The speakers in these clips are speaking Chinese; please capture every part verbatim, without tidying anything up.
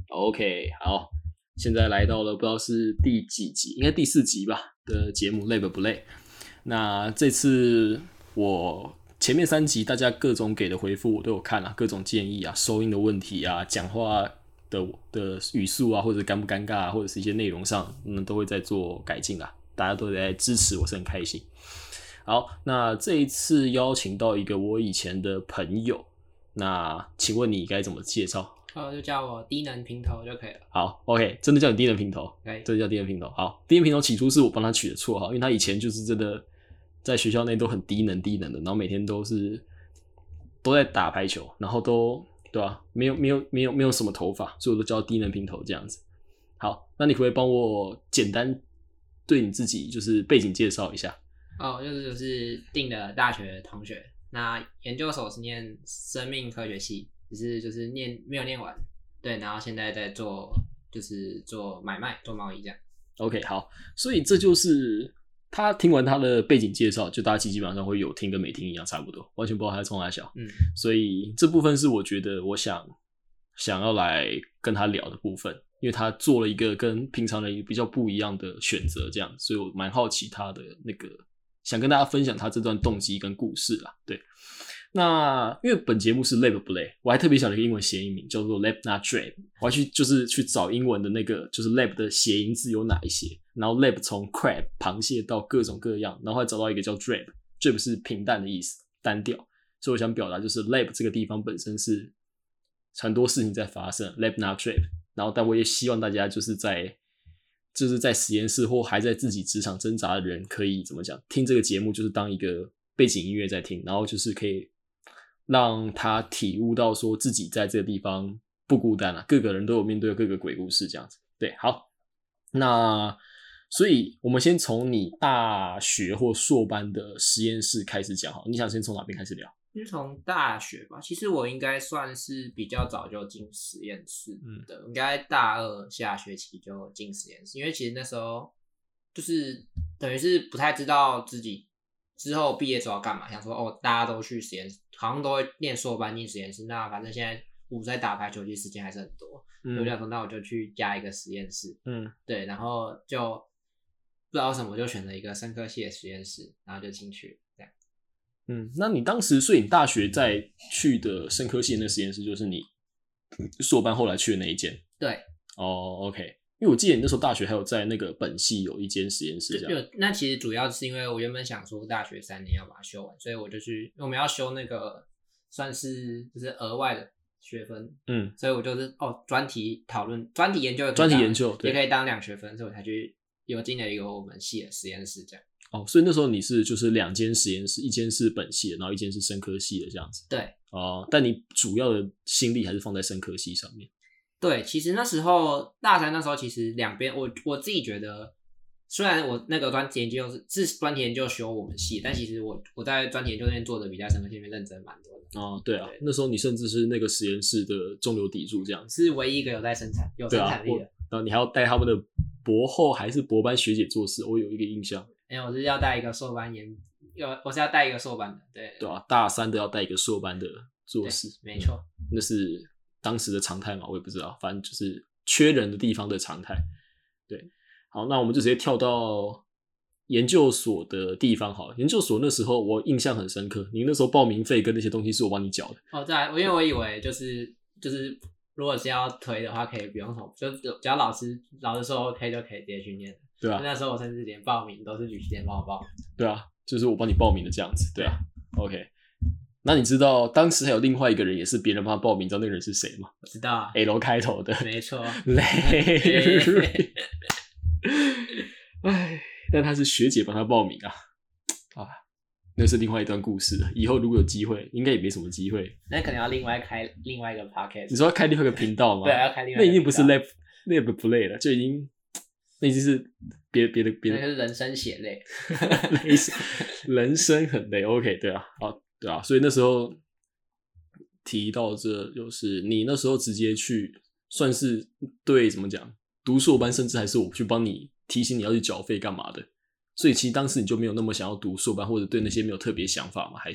OK， 好，现在来到了不知道是第几集，应该第四集吧的节目，累不累？那这次我前面三集大家各种给的回复我都有看啊，各种建议啊，收音的问题啊，讲话的的语速啊，或者尴不尴尬啊，或者是一些内容上，嗯，都会在做改进啦。大家都在支持，我是很开心。好，那这一次邀请到一个我以前的朋友，那请问你该怎么介绍？ 哦，就叫我低能平头就可以了。 好 ，OK， 真的叫你低能平头， 对， 真的叫低能平头。好，低能平头起初是我帮他取的绰号，因为他以前就是真的在学校内都很低能低能的，然后每天都是都在打排球，然后都对吧、啊？没有没有没有没有什么头发，所以我都叫低能平头这样子。好，那你可不可以帮我简单对你自己就是背景介绍一下？ 哦，就是就是定的大学同学，那研究所是念生命科学系，只是就是念没有念完，对，然后现在在做就是做买卖做贸易这样。 OK， 好，所以这就是他听完他的背景介绍，就大家基本上会有听跟没听一样，差不多，完全不知道他在冲哪小。 嗯， 所以这部分是我觉得我想想要来跟他聊的部分，因为他做了一个跟平常人比较不一样的选择，这样，所以我蛮好奇他的那个，想跟大家分享他这段动机跟故事啦。对，那因为本节目是 Lab 不累，我还特别想了一个英文谐音名叫做 Lab Not Drab， 我还去就是去找英文的那个就是 Lab 的谐音字有哪一些，然后 Lab 从 crab 螃蟹到各种各样，然后还找到一个叫 Drab， Drab 是平淡的意思，单调，所以我想表达就是 Lab 这个地方本身是很多事情在发生 Lab Not Drab， 然后但我也希望大家就是在就是在实验室或还在自己职场挣扎的人可以怎么讲，听这个节目就是当一个背景音乐在听，然后就是可以让他体悟到说自己在这个地方不孤单啊，各个人都有面对各个鬼故事这样子。对，好，那所以我们先从你大学或硕班的实验室开始讲好，你想先从哪边开始聊？ 先从大学吧，其实我应该算是比较早就进实验室的，嗯、应该大二下学期就进实验室，因为其实那时候就是等于是不太知道自己之后毕业之后要干嘛，想说哦，大家都去实验室，好像都会念硕班进实验室，那反正现在我在打排球，其实时间还是很多，嗯、所以我想说，那我就去加一个实验室，嗯，对，然后就不知道为什么，我就选了一个生科系的实验室，然后就进去。 嗯，那你当时，所以你大学在去的生科系的那实验室，就是你硕班后来去的那一间？ 对。 哦 ，OK， 因为我记得你那时候大学还有在那个本系有一间实验室，这样。 那其实主要是因为我原本想说大学三年要把它修完，所以我就去，我们要修那个算是就是额外的学分，嗯，所以我就是哦专题讨论、专题研究、 专题研究也可以当两学分，所以我才去有进了一个我们系的实验室这样。 哦，所以那时候你是就是两间实验室，一间是本系的，然后一间是生科系的这样子。 对。 哦，但你主要的心力还是放在生科系上面。 对，其实那时候大三那时候，其实两边我我自己觉得，虽然我那个专题研究是是专题研究修我们系，但其实我我在专题研究那边做的比在生科系那边认真蛮多的。 哦，对啊对，那时候你甚至是那个实验室的中流砥柱这样子， 是唯一一个有在生产有生产力的。 然后你还要带他们的博后还是博班学姐做事，我有一个印象。 哎、欸，我是要带一个硕班研，有我是要带一个硕班的，对对啊，大三的要带一个硕班的做事， 没错、 嗯，那是当时的常态嘛，我也不知道，反正就是缺人的地方的常态。对，好，那我们就直接跳到研究所的地方好了。研究所那时候我印象很深刻，你那时候报名费跟那些东西是我帮你缴的。 哦，对，因为我以为就是就是如果是要推的话，可以不用什么，就只要老师老师说 OK 就可以直接去念。 对啊， 那时候我甚至连报名都是吕奇天帮我报。 对啊，就是我帮你报名的这样子。对啊 ，OK。那你知道当时还有另外一个人也是别人帮他报名，你知道那个人是谁吗？ 我知道啊 ，L 开头的， 没错， 雷瑞。哎，但他是学姐帮他报名啊，啊，那是另外一段故事了。以后如果有机会，应该也没什么机会。 那可能要另外开另外一个 podcast。 你说要开另外一个频道吗？ 对，要开另外一个频道。 那已经不是 lab lab play 了，就已经。那已经是别别的别的， 那是人生血泪， 人生很累。OK， 对啊，好，对啊，所以那时候提到这，就是你那时候直接去，算是对怎么讲，读硕班，甚至还是我去帮你提醒你要去缴费干嘛的。所以其实当时你就没有那么想要读硕班，或者对那些没有特别想法吗？还是？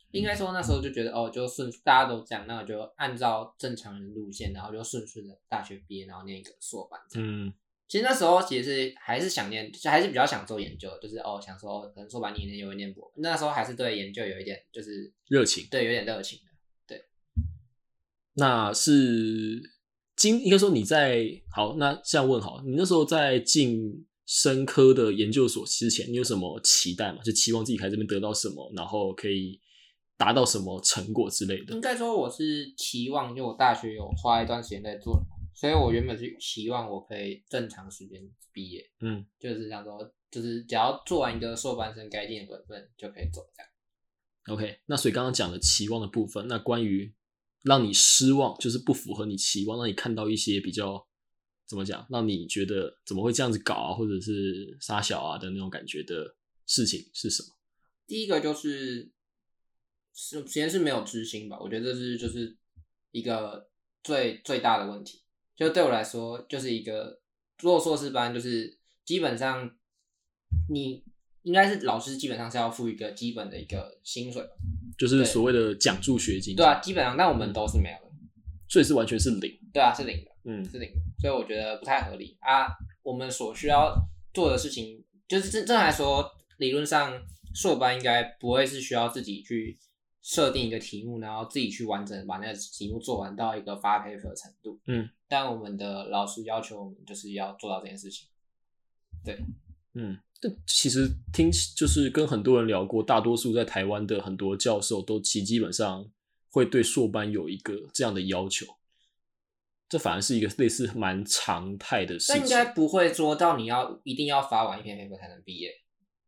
应该说那时候就觉得哦，就顺大家都这样，那我就按照正常人路线，然后就顺顺的大学毕业，然后念一个硕班。嗯，其实那时候其实是还是想念，还是比较想做研究的，就是哦想说可能硕班念一念又会念博，那时候还是对研究有一点就是热情， 对，有点热情的，对。 那是今应该说你在好，那这样问好，你那时候在进生科的研究所之前，你有什么期待吗？就期望自己在这边得到什么，然后可以达到什么成果之类的？ 应该说我是期望，就我大学有花一段时间在做，所以我原本是期望我可以正常时间毕业，嗯，就是想说，就是只要做完一个硕班生该尽的本分就可以走这样。 OK， 那所以刚刚讲的期望的部分，那关于让你失望，就是不符合你期望，让你看到一些比较怎么讲，让你觉得怎么会这样子搞啊，或者是傻小啊的那种感觉的事情是什么？ 第一个就是实验室没有知心吧，我觉得这是就是一个最最大的问题。就对我来说，就是一个做硕士班，就是基本上你应该是老师基本上是要付一个基本的一个薪水， 就是所谓的奖助学金。 对啊，基本上，但我们都是没有的， 所以是完全是零。 对啊，是零的，嗯，是零的，所以我觉得不太合理啊。我们所需要做的事情，就是正正来说，理论上硕班应该不会是需要自己去设定一个题目，然后自己去完整把那个题目做完到一个发 paper 的程度。嗯，但我们的老师要求我们就是要做到这件事情。对， 嗯，这其实听就是跟很多人聊过，大多数在台湾的很多教授都其基本上会对硕班有一个这样的要求。这反而是一个类似蛮常态的事情， 但应该不会说到你要一定要发完一篇 paper 才能毕业。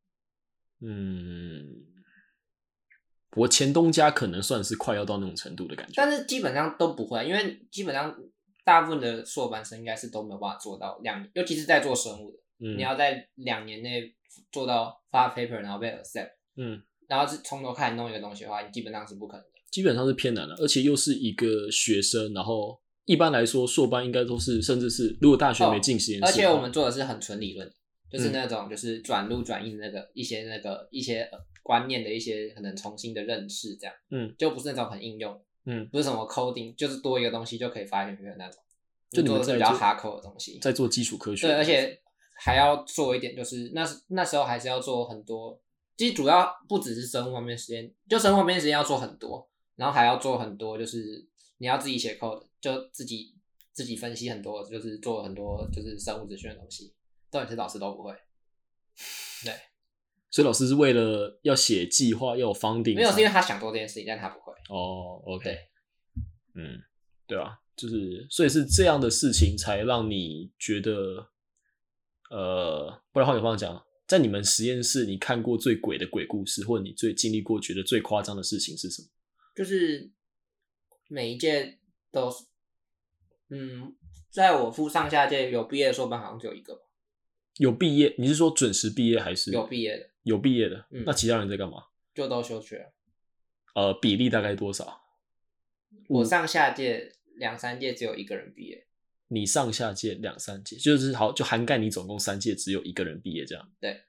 嗯，我前东家可能算是快要到那种程度的感觉， 但是基本上都不会，因为基本上大部分的硕班生应该是都没有办法做到两年，尤其是在做生物的，嗯、你要在两年内做到发 paper 然后被 accept， 嗯，然后是从头开始弄一个东西的话，你基本上是不可能的， 基本上是偏难的，而且又是一个学生，然后。一般来说，硕班应该都是，甚至是如果大学没进实验室、哦， 而且我们做的是很纯理论的，就是那种就是转录转印那个一些那个一些观念的一些可能重新的认识这样，嗯，就不是那种很应用，嗯，不是什么 coding， 就是多一个东西就可以发现的那种，就做的是比较 hardcore 的东西， 在做基础科学， 对，而且还要做一点，就是那那时候还是要做很多，其实主要不只是生物方面实验，就生物方面实验要做很多，然后还要做很多，就是你要自己写 code。就自己自己分析很多，就是做很多就是生物资讯的东西，重点是老师都不会。对， 所以老师是为了要写计划，要有 funding， 没有是因为他想做这件事情，但他不会。 哦 ，OK， 嗯，对啊，就是所以是这样的事情才让你觉得，呃，不然换个方向讲，在你们实验室你看过最鬼的鬼故事，或者你最经历过觉得最夸张的事情是什么？ 就是每一届都是。嗯，在我副上下届有毕业的硕班好像只有一个吧。 有毕业？你是说准时毕业还是有毕业的？ 有毕业的。嗯，那其他人在干嘛？ 就都休学了。 呃，比例大概多少？ 我上下届两三届只有一个人毕业。 你上下届两三届，就是好，就涵盖你总共三届只有一个人毕业这样。 对。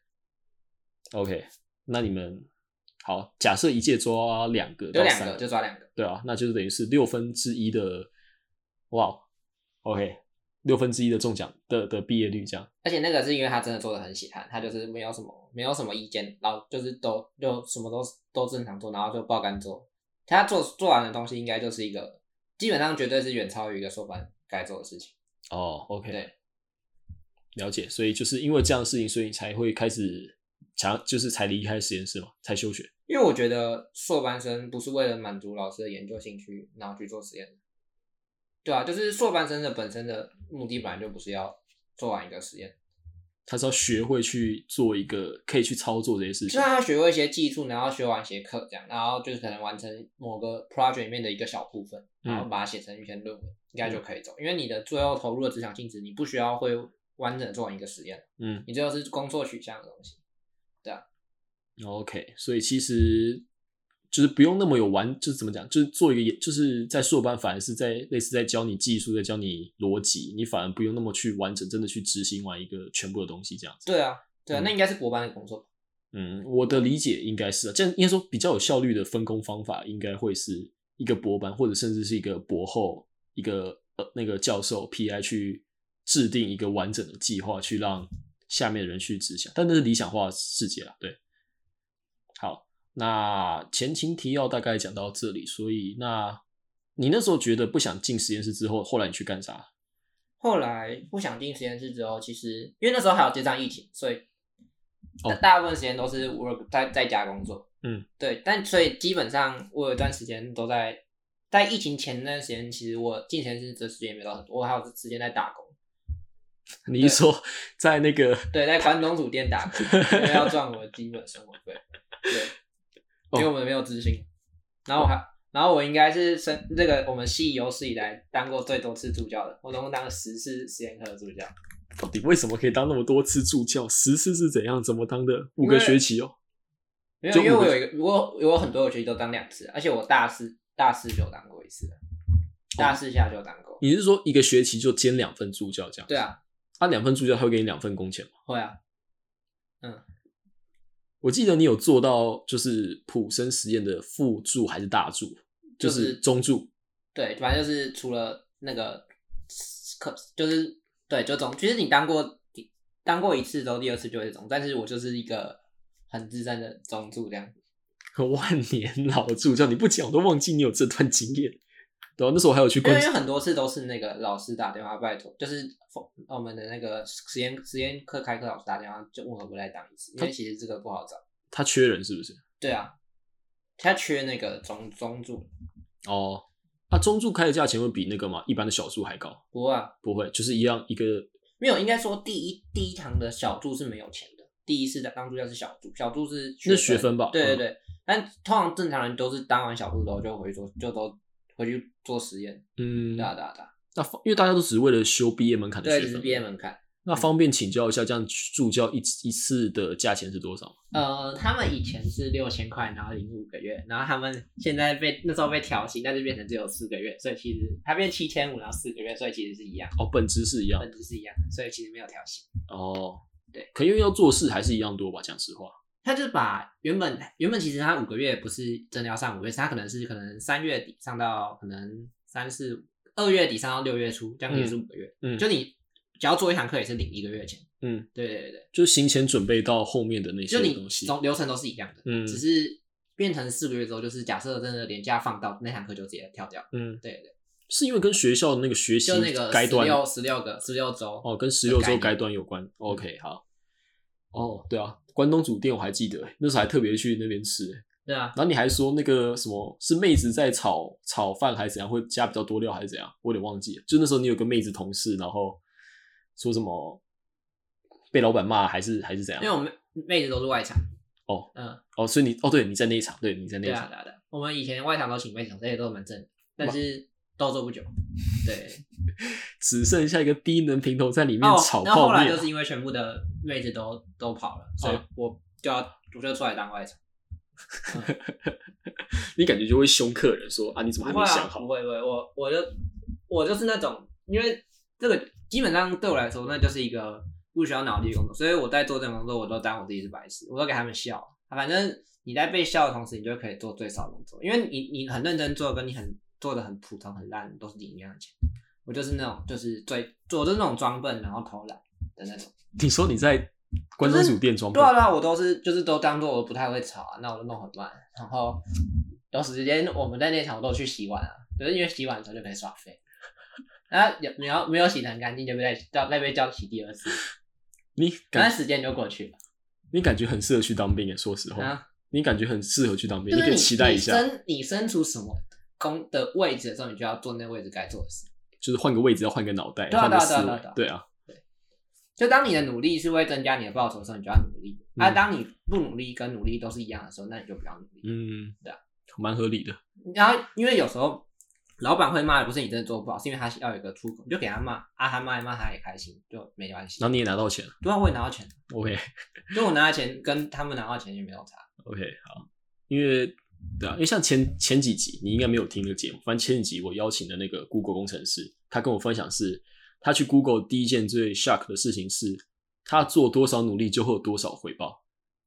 OK， 那你们好，假设一届抓两个， 有两个就抓两个。 对啊，那就是等于是六分之一的，哇。OK， 六分之一的中奖的的毕业率这样， 而且那个是因为他真的做的很血汗，他就是没有什么没有什么意见，然后就是都就什么都都正常做，然后就爆肝做。他做做完的东西应该就是一个基本上绝对是远超于一个硕班该做的事情。 哦 ，OK， 对， 了解。所以就是因为这样的事情，所以你才会开始想，就是才离开实验室嘛，才休学。 因为我觉得硕班生不是为了满足老师的研究兴趣，然后去做实验的。对啊，就是硕班生的本身的目的本来就不是要做完一个实验， 他是要学会去做一个可以去操作这些事情， 就他学会一些技术，然后学完一些课这样，然后就是可能完成某个 project 里面的一个小部分，然后把它写成一篇论文，嗯、应该就可以走。因为你的最后投入的职场性质，你不需要会完整的做完一个实验，嗯，你最后是工作取向的东西，对啊。 OK， 所以其实。就是不用那么有完，就是怎么讲，就是做一个，就是在硕班反而是在类似在教你技术，在教你逻辑，你反而不用那么去完整，真的去执行完一个全部的东西这样子。 对啊，对啊，嗯、那应该是博班的工作。 嗯，我的理解应该是啊，这样应该说比较有效率的分工方法，应该会是一个博班或者甚至是一个博后，一个呃那个教授 P I 去制定一个完整的计划，去让下面的人去执行。但那是理想化的世界啦，对。好，那前情提要大概讲到这里，所以那你那时候觉得不想进实验室之后，后来你去干啥？ 后来不想进实验室之后，其实因为那时候还有接上疫情，所以哦大部分时间都是我在在家工作。 嗯， 对，但所以基本上我有一段时间都在在疫情前那段时间，其实我进实验室的时间也没到很多，我还有时间在打工。 你是说在那个对，在关东煮店打工，因为要赚我的基本生活费。对，因为我们没有资薪，然后我还，然后我应该是生这个我们系有史以来当过最多次助教的，我总共当了十次实验课的助教。 到底为什么可以当那么多次助教？十次是怎样？怎么当的？五个学期哦。 没有，因为我有一个，我有很多个学期都当两次，而且我大四大四就当过一次了，大四下就当过。 你是说一个学期就兼两份助教这样？ 对啊。 他、啊、两份助教他会给你两份工钱吗？ 会啊。嗯。 我记得你有做到就是普生实验的副助还是大助？就是中助。 对，反正就是除了那个课，就是对，就中。其实你当过当过一次之后，第二次就会中，但是我就是一个很资深的中助这样子。 万年老助教，你不讲我都忘记你有这段经验。对啊，那时候我还有去观察， 因为很多次都是那个老师打电话拜托，就是我们的那个实验实验课开课老师打电话就问可不可以来当一次，因为其实这个不好找。 他缺人是不是？ 对啊，他缺那个中中助。 哦，那、啊、中助开的价钱会比那个嘛一般的小助还高？ 不会、啊， 不会，就是一样一个。 没有，应该说第一第一堂的小助是没有钱的，第一次的当助教是小助，小助是那学分吧？ 对对对，嗯、但通常正常人都是当完小助之后就回去做，就都回去做实验。嗯，对啊对啊对啊。 那因为大家都只是为了修毕业门槛的学分， 对，只是毕业门槛。 那方便请教一下，这样助教一一次的价钱是多少？ 呃，他们以前是六千块，然后领五个月，然后他们现在被那时候被调薪，但是变成只有四个月，所以其实它变七千五，然后四个月，所以其实是一样。 哦，本质是一样， 本质是一样的，所以其实没有调薪。 哦， 对， 可因为要做事还是一样多吧？讲实话， 他就是把原本原本其实他五个月不是真的要上五个月，他可能是可能三月底上到可能三四二月底上到六月初，这样也是五个月。嗯，就你只要做一堂课也是领一个月钱。嗯，对对对， 就是行前准备到后面的那些东西， 就你流程都是一样的，嗯，只是变成四个月之后，就是假设真的连假放到那堂课就直接跳掉，嗯，对对， 是因为跟学校的那个学习就那个该段十六十六个十六周哦，跟十六周该段有关。OK， 好，哦，对啊，关东煮店我还记得，那时候还特别去那边吃， 对啊， 然后你还说那个什么是妹子在炒炒饭还是怎样，会加比较多料还是怎样，我有点忘记了。就那时候你有个妹子同事，然后说什么？被老板骂还是还是怎样？ 因为我们妹子都是外场哦，嗯，哦，所以你哦，对，你在那一场，对，你在那一场， 对啊，对啊，我们以前外场都请妹场，这些都蛮正的，但是都做不久，对， 只剩下一个低能平头在里面炒泡面。 那、哦、后来就是因为全部的妹子都都跑了，所以我就要我就出来当外场。 嗯、你感觉就会凶客人说啊，你怎么还没想好？ 不会、啊、不会，我我就我就是那种，因为这个基本上对我来说，那就是一个。不需要脑力的工作，所以我在做这种工作，我都当我自己是白痴，我都给他们笑。反正你在被笑的同时，你就可以做最少的工作，因为你你很认真做，跟你很做的很普通很烂，都是领一样的钱。我就是那种就是最我就是那种装笨然后偷懒的那种。 你说你在关东煮店装笨？ 对啊对啊，我都是就是都当做我不太会炒啊，那我就弄很慢，然后有时间我们在那场我都去洗碗啊，就是因为洗碗的时候就可以耍废。然后你要没有洗得很干净，就被再叫再被叫洗第二次。你感觉时间就过去了， 你感觉很适合去当兵耶，说实话，啊、你感觉很适合去当兵， 就是、 你可以期待一下。 你身你身处什么工的位置的时候，你就要做那位置该做的事， 就是换个位置要换个脑袋， 对啊换个思维， 对啊对啊对啊， 对。就当你的努力是会增加你的报酬的时候，你就要努力。那、嗯啊、当你不努力跟努力都是一样的时候，那你就不要努力。嗯，对啊， 蛮合理的。 然后因为有时候。老板会骂的不是你真的做不好，是因为他要有一个出口，你就给他骂啊，他骂一骂他也开心，就没关系。 然后你也拿到钱， 对啊，我也拿到钱。 OK， 就我拿到钱跟他们拿到钱也没有差。 OK， 好，因为对啊，因为像前前几集你应该没有听那个节目，反正前几集我邀请的那个 Google 工程师，他跟我分享是，他去 Google 第一件最 shock 的事情是，他做多少努力就会有多少回报。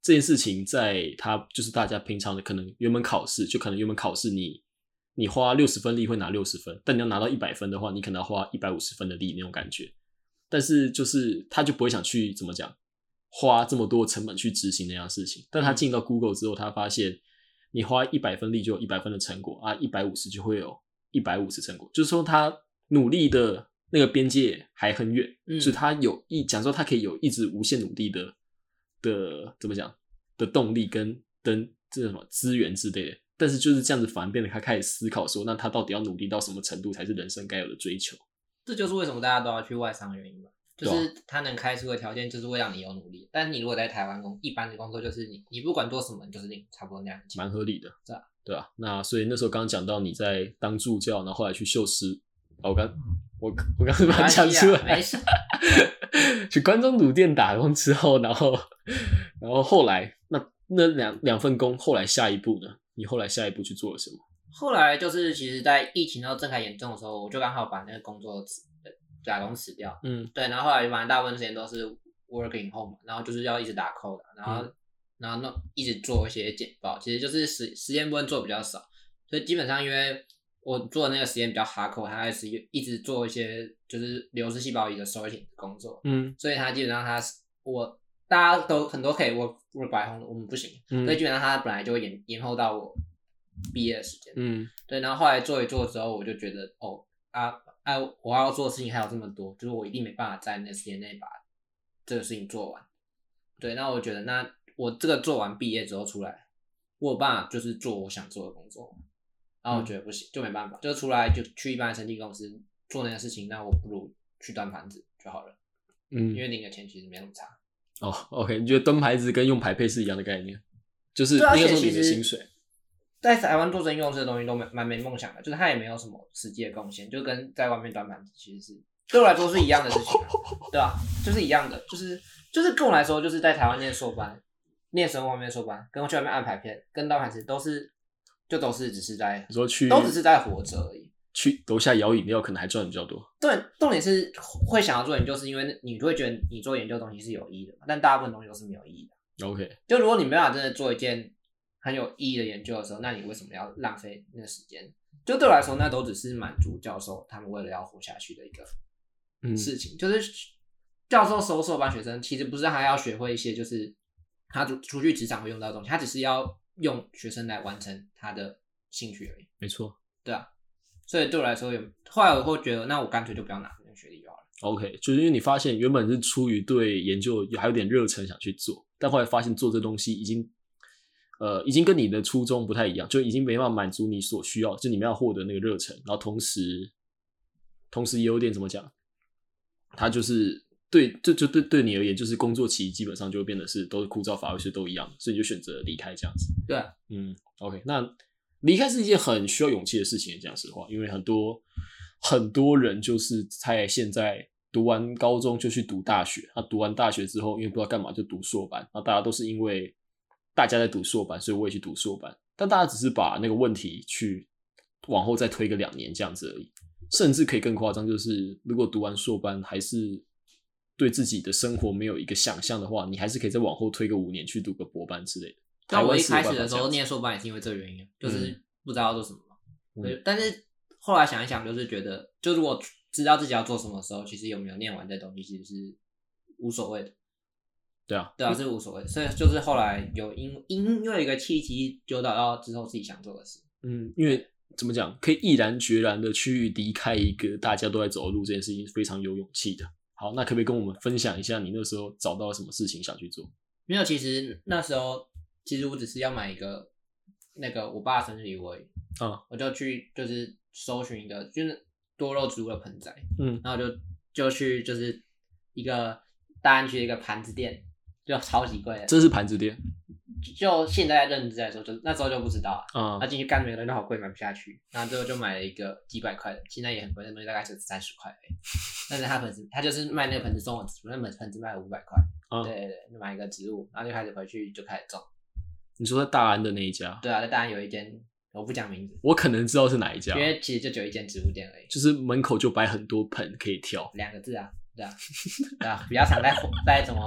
这件事情在他就是大家平常的可能原本考试就可能原本考试你你花六十分力会拿六十分，但你要拿到一百分的话，你可能要花一百五十分的力那种感觉。但是就是他就不会想去怎么讲花这么多成本去执行那样的事情。但他进到 Google 之后，他发现你花一百分力就有一百分的成果啊，一百五十就会有一百五十成果，就是说他努力的那个边界还很远，嗯、所以他有一讲说他可以有一直无限努力的的怎么讲的动力跟跟这什么资源之类的。但是就是这样子，反而变得他开始思考说，那他到底要努力到什么程度才是人生该有的追求？ 这就是为什么大家都要去外商的原因吧。就是他能开出的条件，就是为让你有努力。但是你如果在台湾工一般的工作，就是你你不管做什么，你就是领差不多那样的钱， 蛮合理的， 对啊， 对啊。那所以那时候刚刚讲到你在当助教，然后后来去秀师，哦、我刚我我刚是把它讲出来， 没事。 去关中卤店打工之后，然后然后后来那那两两份工，后来下一步呢？你后来下一步去做了什么？ 后来就是其实，在疫情到正开严重的时候，我就刚好把那个工作辞打工辞掉，嗯，对，然后后来反正大部分时间都是 working home， 然后就是要一直打 code， 然后、嗯、然后弄一直做一些简报，其实就是实实验部分做比较少，所以基本上因为我做的那个实验比较 hardcore， 它是一直做一些就是流式细胞仪的 sorting 的工作，嗯，所以它基本上它我大家都很多可以 work work by home， 我们不行，嗯、所以基本上它本来就会延延后到我毕业的时间，嗯，对，然后后来做一做之后，我就觉得哦啊。哎，我要做的事情还有这么多，就是我一定没办法在那时间内把这个事情做完。对，那我觉得，那我这个做完毕业之后出来，我有办法就是做我想做的工作。然后我觉得不行，就没办法，就出来就去一般的生技公司做那个事情，那我不如去端盘子就好了。嗯，因为领的钱其实没那么差。 哦 ，OK， 你觉得端盘子跟用排配是一样的概念？就是那个时候领的薪水。 在台湾做生意用这个东西都蛮没梦想的，就是它也没有什么实际的贡献，就跟在外面端盘子其实是对我来说是一样的事情、啊，对吧、啊？就是一样的，就是就是跟我来说，就是在台湾念硕班、念生物方面硕班，跟我去外面按排片、跟端盘子都是，就都是只是在说去， 都只是在活着而已。 去楼下摇饮料可能还赚的比较多。 对，重点是会想要做研究，是因为你就会觉得你做研究的东西是有意义的，但大部分东西都是没有意义的。 OK， 就如果你没办法真的做一件很有意义的研究的时候，那你为什么要浪费那个时间？就对我来说，那都只是满足教授他们为了要活下去的一个事情。嗯、就是教授收硕班学生，其实不是他要学会一些就是他出去职场会用到的东西，他只是要用学生来完成他的兴趣而已。 没错， 对啊。所以对我来说有，后来我会觉得，那我干脆就不要拿那个学历就好了。 OK， 就是因为你发现原本是出于对研究还有点热忱想去做，但后来发现做这东西已经。呃，已经跟你的初衷不太一样，就已经没办法满足你所需要，就你们要获得那个热忱，然后同时，同时也有点怎么讲，它就是对，就就对对你而言，就是工作期基本上就会变得是都是枯燥乏味，所以都一样，所以你就选择离开这样子。 对、啊， 嗯 ，OK， 那离开是一件很需要勇气的事情，讲实话，因为很多很多人就是在现在读完高中就去读大学，他读完大学之后，因为不知道干嘛就读硕班，然后大家都是因为。大家在读硕班，所以我也去读硕班，但大家只是把那个问题去往后再推个两年这样子而已，甚至可以更夸张，就是如果读完硕班还是对自己的生活没有一个想象的话，你还是可以再往后推个五年去读个博班之类的。 但我一开始的时候念硕班也是因为这个原因，就是不知道要做什么嘛、嗯。对，但是后来想一想，就是觉得，就如果知道自己要做什么的时候，其实有没有念完这东西其实是无所谓的。 对啊， 对啊，是无所谓，所以就是后来有因因为一个契机诱导到之后自己想做的事。 嗯，因为怎么讲，可以毅然决然的去离开一个大家都在走的路，这件事情是非常有勇气的。好，那可不可以跟我们分享一下你那时候找到了什么事情想去做？ 没有，其实那时候其实我只是要买一个那个我爸生日礼物而已。嗯，我就去就是搜寻一个就是多肉植物的盆栽，嗯，然后就就去就是一个大安区的一个盘子店。就超级贵的， 这是盘子店。 就现在认知来说，就那时候就不知道啊。嗯。那进去干每个人都好贵，买不下去。然后最后就买了一个几百块的，现在也很贵，那东西大概是三十块而已。但是他盆子，他就是卖那个盆子送我植物，那盆子卖了五百块。嗯。对对对，买一个植物，然后就开始回去就开始种。 你说在大安的那一家？ 对啊，在大安有一间，我不讲名字。 我可能知道是哪一家， 因为其实就只有一间植物店而已。 就是门口就摆很多盆可以挑。 两个字啊，对啊，对啊，比较常在在什么？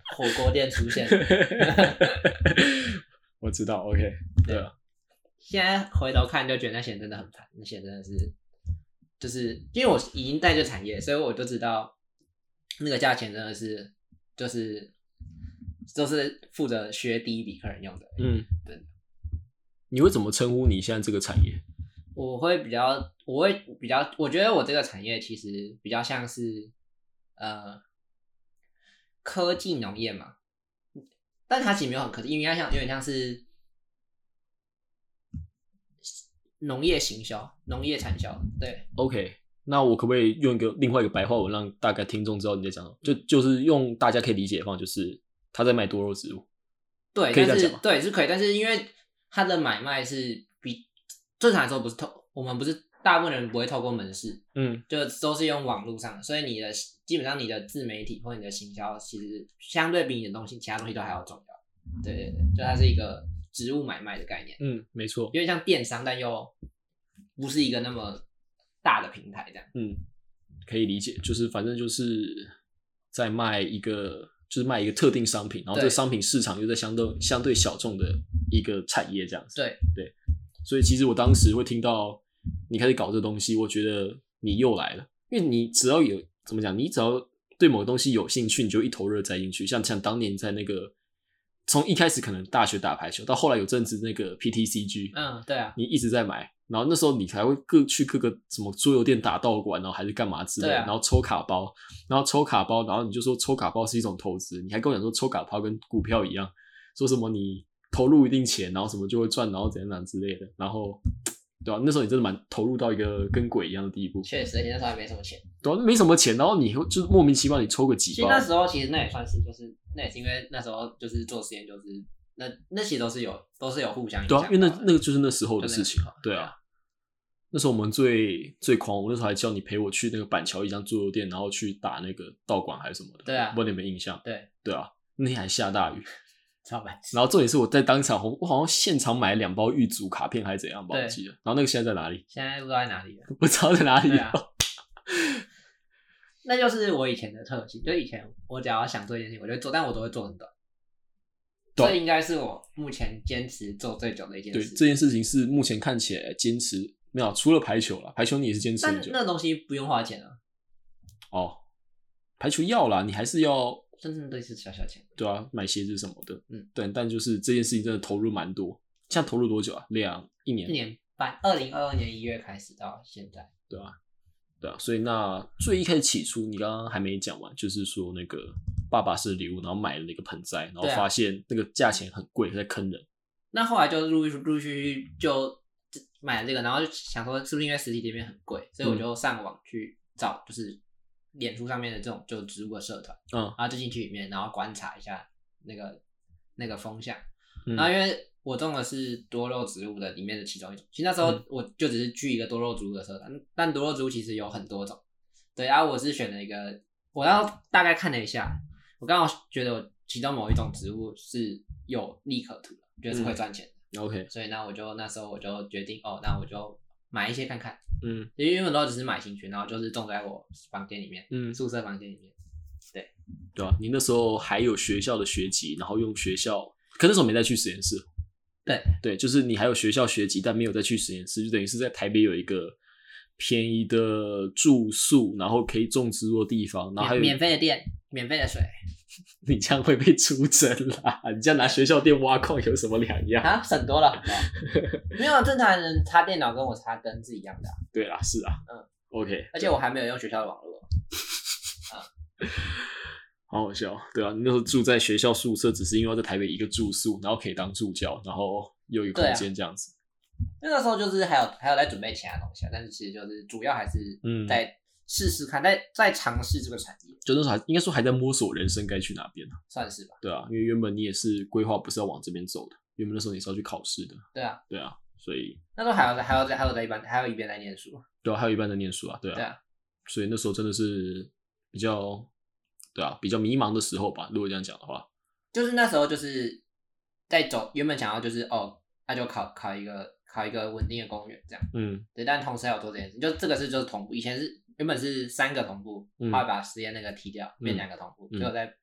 火锅店出现。 我知道 ，OK， 对啊。 现在回头看就觉得那些人真的很烦，那些人真的是，就是因为我已经在这产业，所以我就知道那个价钱真的是就是都是负责削第一笔客人用的。 嗯， 对。 你会怎么称呼你现在这个产业？ 我会比较，我会比较，我觉得我这个产业其实比较像是呃科技农业嘛，但它其实没有很科技，因为它像有点像是农业行销、农业产销。对 ，OK， 那我可不可以用一个另外一个白话文，让大概听众知道你在讲什么？就就是用大家可以理解的方法，就是他在卖多肉植物。 对， 可以这样讲吗？ 对，是可以，但是因为它的买卖是比正常来说不是透，我们不是大部分人不会透过门市， 嗯， 就都是用网络上的，所以你的基本上你的自媒体或你的行销，其实相对比你的东西其他东西都还要重要。对对对，就它是一个植物买卖的概念。 嗯，没错， 有点像电商，但又不是一个那么大的平台这样。 嗯，可以理解，就是反正就是在卖一个，就是卖一个特定商品，然后这个商品市场又在相对相对小众的一个产业这样子。 对对，所以其实我当时会听到你开始搞这个东西，我觉得你又来了，因为你只要有怎么讲，你只要对某个东西有兴趣，你就一头热栽进去。像像当年在那个从一开始可能大学打排球，到后来有阵子那个 P T C G， 嗯，对啊， 你一直在买，然后那时候你还会各去各个什么桌游店打道馆，然后还是干嘛之类的， 啊、 然后抽卡包，然后抽卡包，然后你就说抽卡包是一种投资，你还跟我讲说抽卡包跟股票一样，说什么你投入一定钱，然后什么就会赚，然后怎样怎样之类的，然后对啊，那时候你真的蛮投入到一个跟鬼一样的地步。 确实，而且那时候还没什么钱。 对啊，没什么钱，然后你就是莫名其妙你抽个几包。 其实那时候其实那也算是，就是那也是因为那时候就是做实验，就是那那其实都是有都是有互相影响。 对啊，因为那那个就是那时候的事情啊。 对啊，那时候我们最最狂，我那时候还叫你陪我去那个板桥一家桌游店，然后去打那个道馆还是什么的。 对啊， 不知道你有没有印象？ 对对啊，那天还下大雨。 超白痴。 然后重点是我在当场，我好像现场买了两包玉组卡片还是怎样吧，我记得。然后那个现在在哪里？ 现在不知道在哪里了， 不知道在哪里了。 啊、那就是我以前的特性，就以前我只要想做一件事情，我就会做，但我都会做很短。这应该是我目前坚持做最久的一件事。 对，这件事情是目前看起来坚持没有，除了排球啦，排球你也是坚持很久。 但那个东西不用花钱啊。 哦，排球要啦，你还是要。 真正都是小小钱， 对啊，买鞋子什么的， 嗯， 对，但就是这件事情真的投入蛮多。现在投入多久啊？两一年， 一年半，二零二二年一月开始到现在， 对啊，对啊，所以那最一开始起初，你刚刚还没讲完，就是说那个爸爸是礼物，然后买了那个盆栽，然后发现那个价钱很贵，在坑人。 那后来就陆陆陆续续就买了这个，然后就想说是不是因为实体店面很贵，所以我就上网去找，就是脸书上面的这种就植物的社团， 嗯， 然后就进去里面，然后观察一下那个那个风向， 嗯、 然后因为我种的是多肉植物的里面的其中一种，其实那时候我就只是去一个多肉植物的社团，但多肉植物其实有很多种，对，然后我是选了一个，我要大概看了一下，我刚好觉得我其中某一种植物是有利可图的，觉得是会赚钱的、 嗯、，OK， 所以那我就那时候我就决定哦，那我就买一些看看。 嗯， 因为原本都只是买兴趣，然后就是种在我房间里面， 嗯， 宿舍房间里面，对， 对啊，你那时候还有学校的学籍，然后用学校，可那时候没再去实验室， 对， 对，就是你还有学校学籍，但没有再去实验室，就等于是在台北有一个便宜的住宿，然后可以种植物的地方，然后还有免费的电，免费的水。 你这样会被出征啦！你这样拿学校电挖矿有什么两样啊？省多了好不好？没有正常人插电脑跟我插灯是一样的、啊。 对啦，是啊， 嗯 ，OK。 而且我还没有用学校的网络。啊， 好好笑，对啊，你那时候住在学校宿舍，只是因为要在台北一个住宿，然后可以当助教，然后有一个空间这样子。 那个时候就是还有还有在准备其他东西啊，但是其实就是主要还是在试试看，在在尝试这个产业。 就那时候还应该说还在摸索人生该去哪边、啊、 算是吧。 对啊，因为原本你也是规划不是要往这边走的，原本那时候你是要去考试的。 对啊， 对啊，所以那时候还有还有在还有在一般还有一边在念书。 对啊，还有一半在念书啊，对啊。 对啊， 所以那时候真的是比较对啊比较迷茫的时候吧，如果这样讲的话， 就是那时候就是在走，原本想要就是哦，那就考考一个考一个稳定的公务员这样。嗯，对，但同时还有做这件事，就这个是就是同步，以前是原本是三个同步，后来把实验那个踢掉，变两个同步，就、嗯、在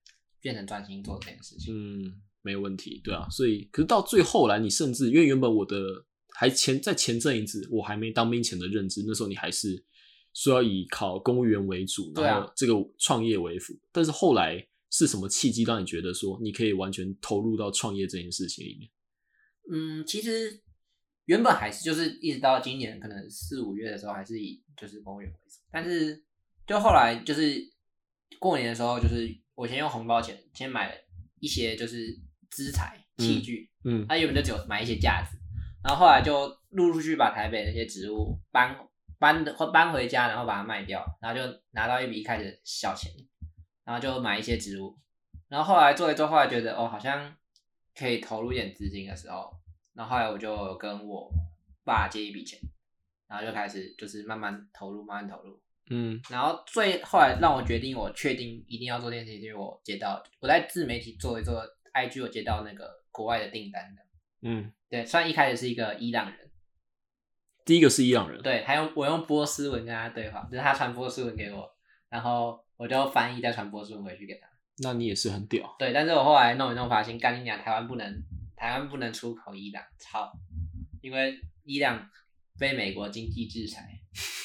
变成专心做这件事情。 嗯，没有问题，对啊。所以，可是到最后来，你甚至因为原本我的还前在前阵一子，我还没当兵前的认知，那时候你还是说要以考公务员为主，然后这个创业为辅。但是后来是什么契机让你觉得说你可以完全投入到创业这件事情里面？ 嗯，其实原本还是就是一直到今年可能四五月的时候，还是以就是公务员为主，但是就后来就是过年的时候，就是我先用红包钱先买了一些就是资材器具，嗯，他、嗯啊、原本就只有买一些架子，然后后来就陆陆续续把台北那些植物搬搬的搬回家，然后把它卖掉，然后就拿到一笔一开始的小钱，然后就买一些植物，然后后来做一做，后来觉得哦好像可以投入一点资金的时候，然后后来我就跟我爸借一笔钱，然后就开始就是慢慢投入，慢慢投入。嗯，然后最后来让我决定，我确定一定要做这件事情，因为我接到我在自媒体做一做 I G， 我接到那个国外的订单的。嗯，对，虽然一开始是一个伊朗人， 第一个是伊朗人， 对，还有我用波斯文跟他对话，就是他传波斯文给我，然后我就翻译再传波斯文回去给他。 那你也是很屌。 对，但是我后来弄一弄发现，干你娘，台湾不能，台湾不能出口伊朗，操，因为伊朗被美国经济制裁。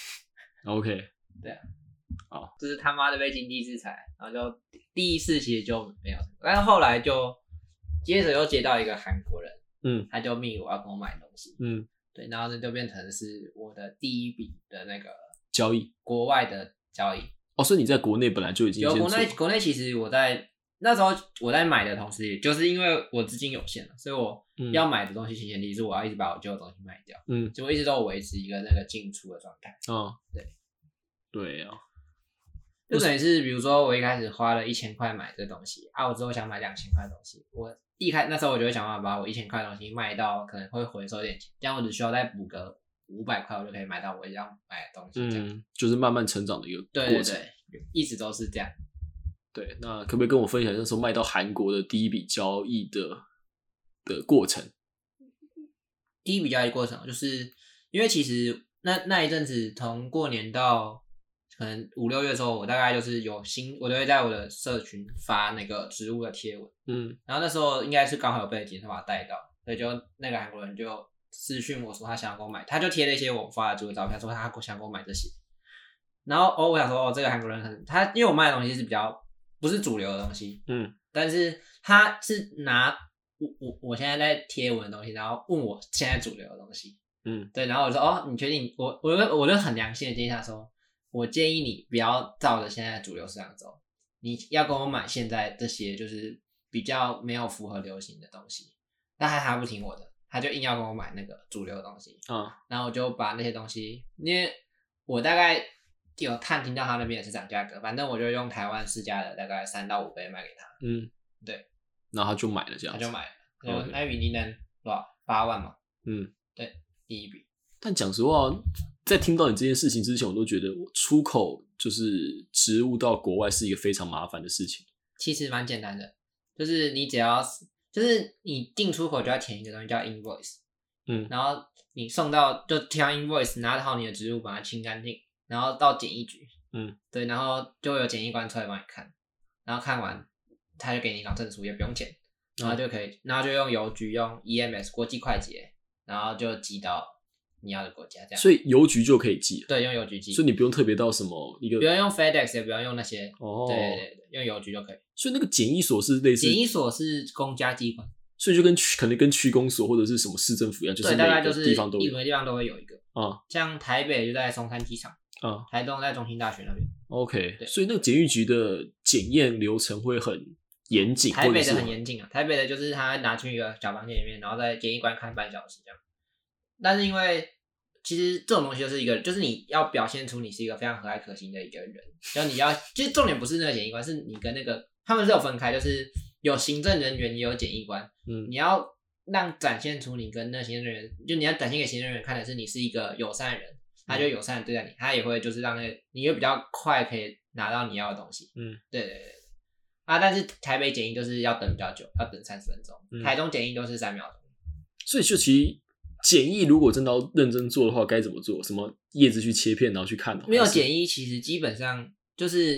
OK。 对啊，哦，就是他妈的被经济制裁，然后就第一次其实就没有，但是后来就接着又接到一个韩国人，嗯，他就密我要跟我买东西，嗯，对，然后这就变成是我的第一笔的那个交易， 国外的交易。 哦，所以你在国内本来就已经有国内，国内其实我在那时候我在买的同时，也就是因为我资金有限了，所以我要买的东西前提是我要一直把我旧的东西卖掉，嗯，就我一直都有维持一个那个进出的状态，哦，对。 对啊， 就等于是，比如说我一开始花了一千块买这个东西啊，我之后想买两千块的东西，我一开那时候我就会想办法把我一千块的东西卖到可能会回收一点钱，这样我只需要再补个五百块，我就可以买到我要买的东西。这样、嗯、 就是慢慢成长的一个过程。 对对对，一直都是这样。 对，那可不可以跟我分享那时候卖到韩国的第一笔交易的的过程？ 第一笔交易过程就是因为其实那那一阵子从过年到可能五六月的时候，我大概就是有新，我都会在我的社群发那个植物的贴文，嗯，然后那时候应该是刚好有被剪头发带到，所以就那个韩国人就私讯我说他想要给我买，他就贴了一些我发的植物照片，说他想给我买这些，然后哦，我想说哦，这个韩国人可能他因为我卖的东西是比较不是主流的东西，嗯，但是他是拿我我我现在在贴文的东西，然后问我现在主流的东西，嗯，对，然后我就说哦，你确定？我我我就很良心的建议他说。我建议你不要照着现在的主流市场走，你要跟我买现在这些就是比较没有符合流行的东西。但他还不听我的，他就硬要跟我买那个主流的东西。嗯，然后我就把那些东西，因为我大概有探听到他那边的市场价格，反正我就用台湾市价的大概三到五倍卖给他。嗯，对， 然后他就买了这样子， 他就买了。Okay. 那笔订单多少？八万嘛。嗯，对，第一笔。 但讲实话，在听到你这件事情之前，我都觉得我出口就是植物到国外是一个非常麻烦的事情。 其实蛮简单的，就是你只要就是你进出口就要填一个东西叫 invoice， 嗯，然后你送到就填 invoice， 拿好你的植物，把它清干净，然后到检疫局，嗯，对，然后就会有检疫官出来帮你看，然后看完他就给你一张证书，也不用钱，然后就可以，嗯、然后就用邮局用 E M S 国际快捷，然后就寄到你要的国家，这样。 所以邮局就可以寄了。 对，用邮局寄。 所以你不用特别到什么一个， 不用用 FedEx， 也不用用那些。哦。对对对，用邮局就可以。 所以那个检疫所是类似。 检疫所是公家机关。 所以就跟可能跟区公所或者是什么市政府一样，就是每个地方都有。 每个地方都会有一个。啊、嗯。像台北就在松山机场。啊、嗯。台东在中兴大学那边。 OK。所以那个检疫局的检验流程会很严谨。 台北的很严谨啊，台北的就是他拿去一个小房间里面，然后在检疫官看半小时这样。但是因为其实这种东西就是一个，就是你要表现出你是一个非常和蔼可亲的一个人，然后你要，其实重点不是那个检疫官，是你跟那个他们是有分开，就是有行政人员也有检疫官，嗯，你要让展现出你跟那行政人员，就你要展现给行政人员看的是你是一个友善的人，他就友善的对待你，他也会就是让那个你会比较快可以拿到你要的东西，嗯，对对对。啊，但是台北检疫就是要等比较久，要等三十分钟，嗯、台中检疫都是三秒钟， 所以就其实。检疫如果真的要认真做的话，该怎么做？什么叶子去切片，然后去看？ 没有检疫，其实基本上就是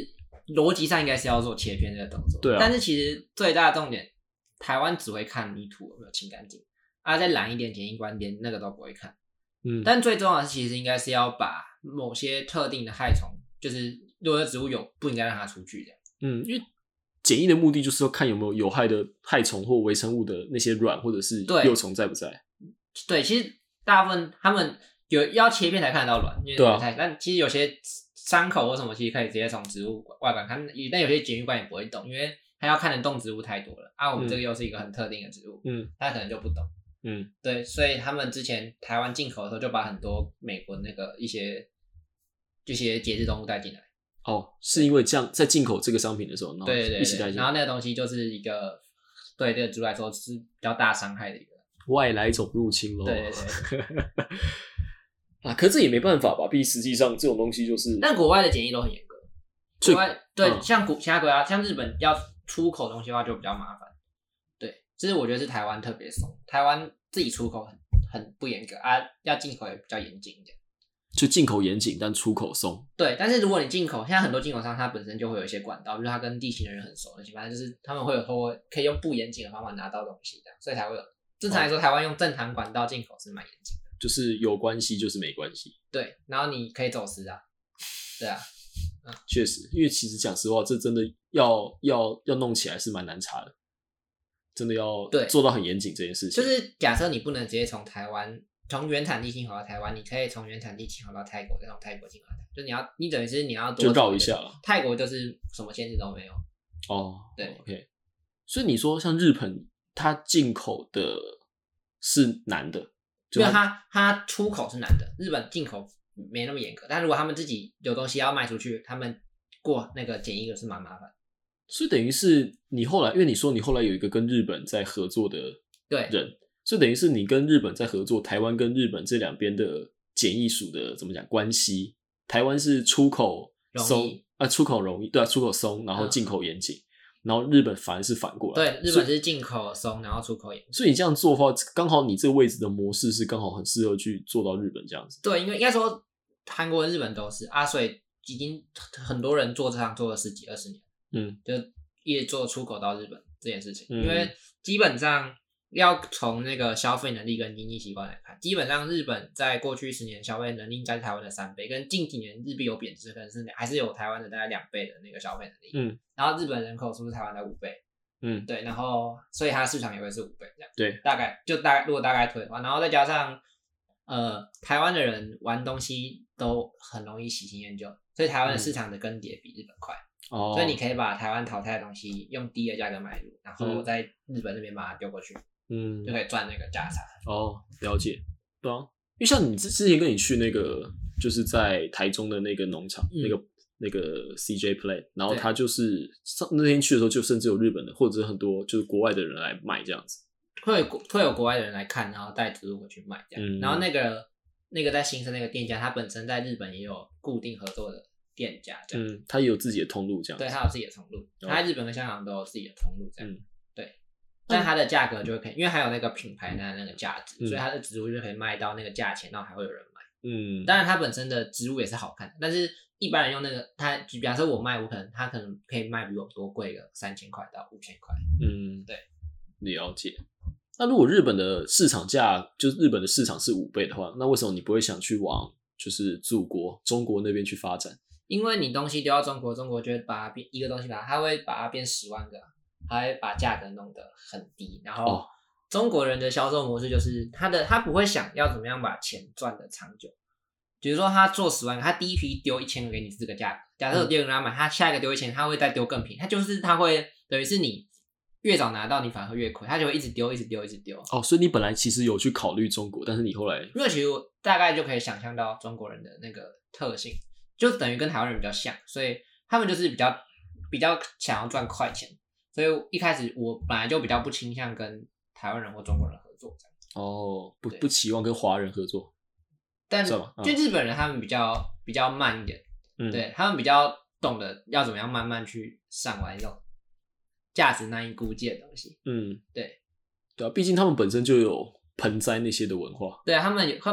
逻辑上应该是要做切片这个动作， 对啊。 但是其实最大的重点，台湾只会看泥土有没有清干净，啊，再蓝一点、剪一关连那个都不会看。 嗯， 但最重要的是，其实应该是要把某些特定的害虫，就是如果植物有，不应该让它出去这样。 嗯，因为检疫的目的就是要看有没有有害的害虫或微生物的那些卵或者是幼虫在不在。 对，其实大部分他们有要切片才看得到卵，因为对啊。 但其实有些伤口或什么，其实可以直接从植物外观看，但有些检疫官也不会懂，因为他要看得动植物太多了啊。我们这个又是一个很特定的植物，嗯，他可能就不懂。嗯，对，所以他们之前台湾进口的时候，就把很多美国那个一些这些节肢动物带进来。 哦，是因为这样在进口这个商品的时候，然后一起带进来， 然后那个东西就是一个对这个植物来说是比较大伤害的一个外来种入侵咯。 对对对。 啊，可是这也没办法吧？毕竟实际上这种东西就是， 但国外的检疫都很严格。国外对、嗯、像其他国家，像日本要出口东西的话就比较麻烦。这是我觉得是台湾特别松，台湾自己出口很很不严格啊，要进口也比较严谨一点。 就进口严谨，但出口松。 对，但是如果你进口，现在很多进口商它本身就会有一些管道，就是他跟地勤的人很熟的情况下，就是他们会有透过可以用不严谨的方法拿到东西，这样，所以才会有。正常来说，台湾用正常管道进口是蛮严谨的， 就是有关系就是没关系。 对，然后你可以走私啊，对啊， 嗯，确实，因为其实讲实话，这真的要要要弄起来是蛮难查的。真的要做到很严谨这件事情， 就是假设你不能直接从台湾从原产地进口到台湾，你可以从原产地进口到泰国，再从泰国进口到台湾，就你要你等于是你要多就绕一下了。 泰国就是什么限制都没有。 哦， 对 ，OK。所以你说像日本，它进口的是难的， 就它它出口是难的，日本进口没那么严格，但如果他们自己有东西要卖出去，他们过那个检疫的是蛮麻烦。 所以等于是你后来，因为你说你后来有一个跟日本在合作的人， 对， 所以等于是你跟日本在合作，台湾跟日本这两边的检疫署的怎么讲关系？台湾是出口松啊，出口容易，对啊，出口松，然后进口严谨，嗯、然后日本反而是反过来， 对，日本是进口松，然后出口严谨。 所以你这样做的话，刚好你这个位置的模式是刚好很适合去做到日本这样子。 对，因为应该说韩国跟日本都是啊，所以已经很多人做这行做了十几二十年。嗯，就一直做出口到日本这件事情，嗯、因为基本上要从那个消费能力跟经济习惯来看，基本上日本在过去十年消费能力应该是台湾的三倍，跟近几年日币有贬值，可能是还是有台湾的大概两倍的那个消费能力。嗯，然后日本人口数是台湾的五倍。嗯，对，然后所以它的市场也会是五倍这样。 对， 大概就大概如果大概推的话，然后再加上呃台湾的人玩东西都很容易喜新厌旧，所以台湾的市场的更迭比日本快。哦，所以你可以把台湾淘汰的东西用低的价格买入，然后在日本那边把它丢过去，嗯，就可以赚那个价差。 哦，了解，对啊，因为像你之之前跟你去那个，就是在台中的那个农场，嗯、那个那个 C J Play， 然后他就是那天去的时候，就甚至有日本的或者很多就是国外的人来卖这样子， 会会有国外的人来看，然后带植物回去卖这样。嗯、然后那个那个在新生那个店家，他本身在日本也有固定合作的店家这样， 嗯，他也有自己的通路这样， 对，他有自己的通路，他在日本跟香港都有自己的通路这样，嗯、对，但它的价格就会可以，因为还有那个品牌的那个价值，嗯、所以它的植物就可以卖到那个价钱，然后还会有人买，嗯，当然它本身的植物也是好看的，但是一般人用那个，他比方说我卖，我可能他可能可以卖比我多贵个三千块到五千块，嗯，对， 了解。那如果日本的市场价，就是日本的市场是五倍的话，那为什么你不会想去往就是祖国中国那边去发展？ 因为你东西丢到中国，中国就会把它变一个东西把它，它会把它变十万个，它会把价格弄得很低。然后中国人的销售模式就是他的他不会想要怎么样把钱赚得长久。比如说他做十万个，他第一批丢一千个给你这个价格，假设有第二个人要买，他下一个丢一千，他会再丢更便宜。他就是他会等于是你越早拿到，你反而会越亏，他就会一直丢，一直丢，一直丢。 哦，所以你本来其实有去考虑中国，但是你后来因为其实我大概就可以想象到中国人的那个特性。就等于跟台湾人比较像，所以他们就是比较比较想要赚快钱，所以一开始我本来就比较不倾向跟台湾人或中国人合作这样。 哦，不不期望跟华人合作， 但就日本人他们比较比较慢一点，嗯，对他们比较懂得要怎么样慢慢去上完一种价值难以估计的东西，嗯，对， 对啊，毕竟他们本身就有盆栽那些的文化， 对啊，他们有他们。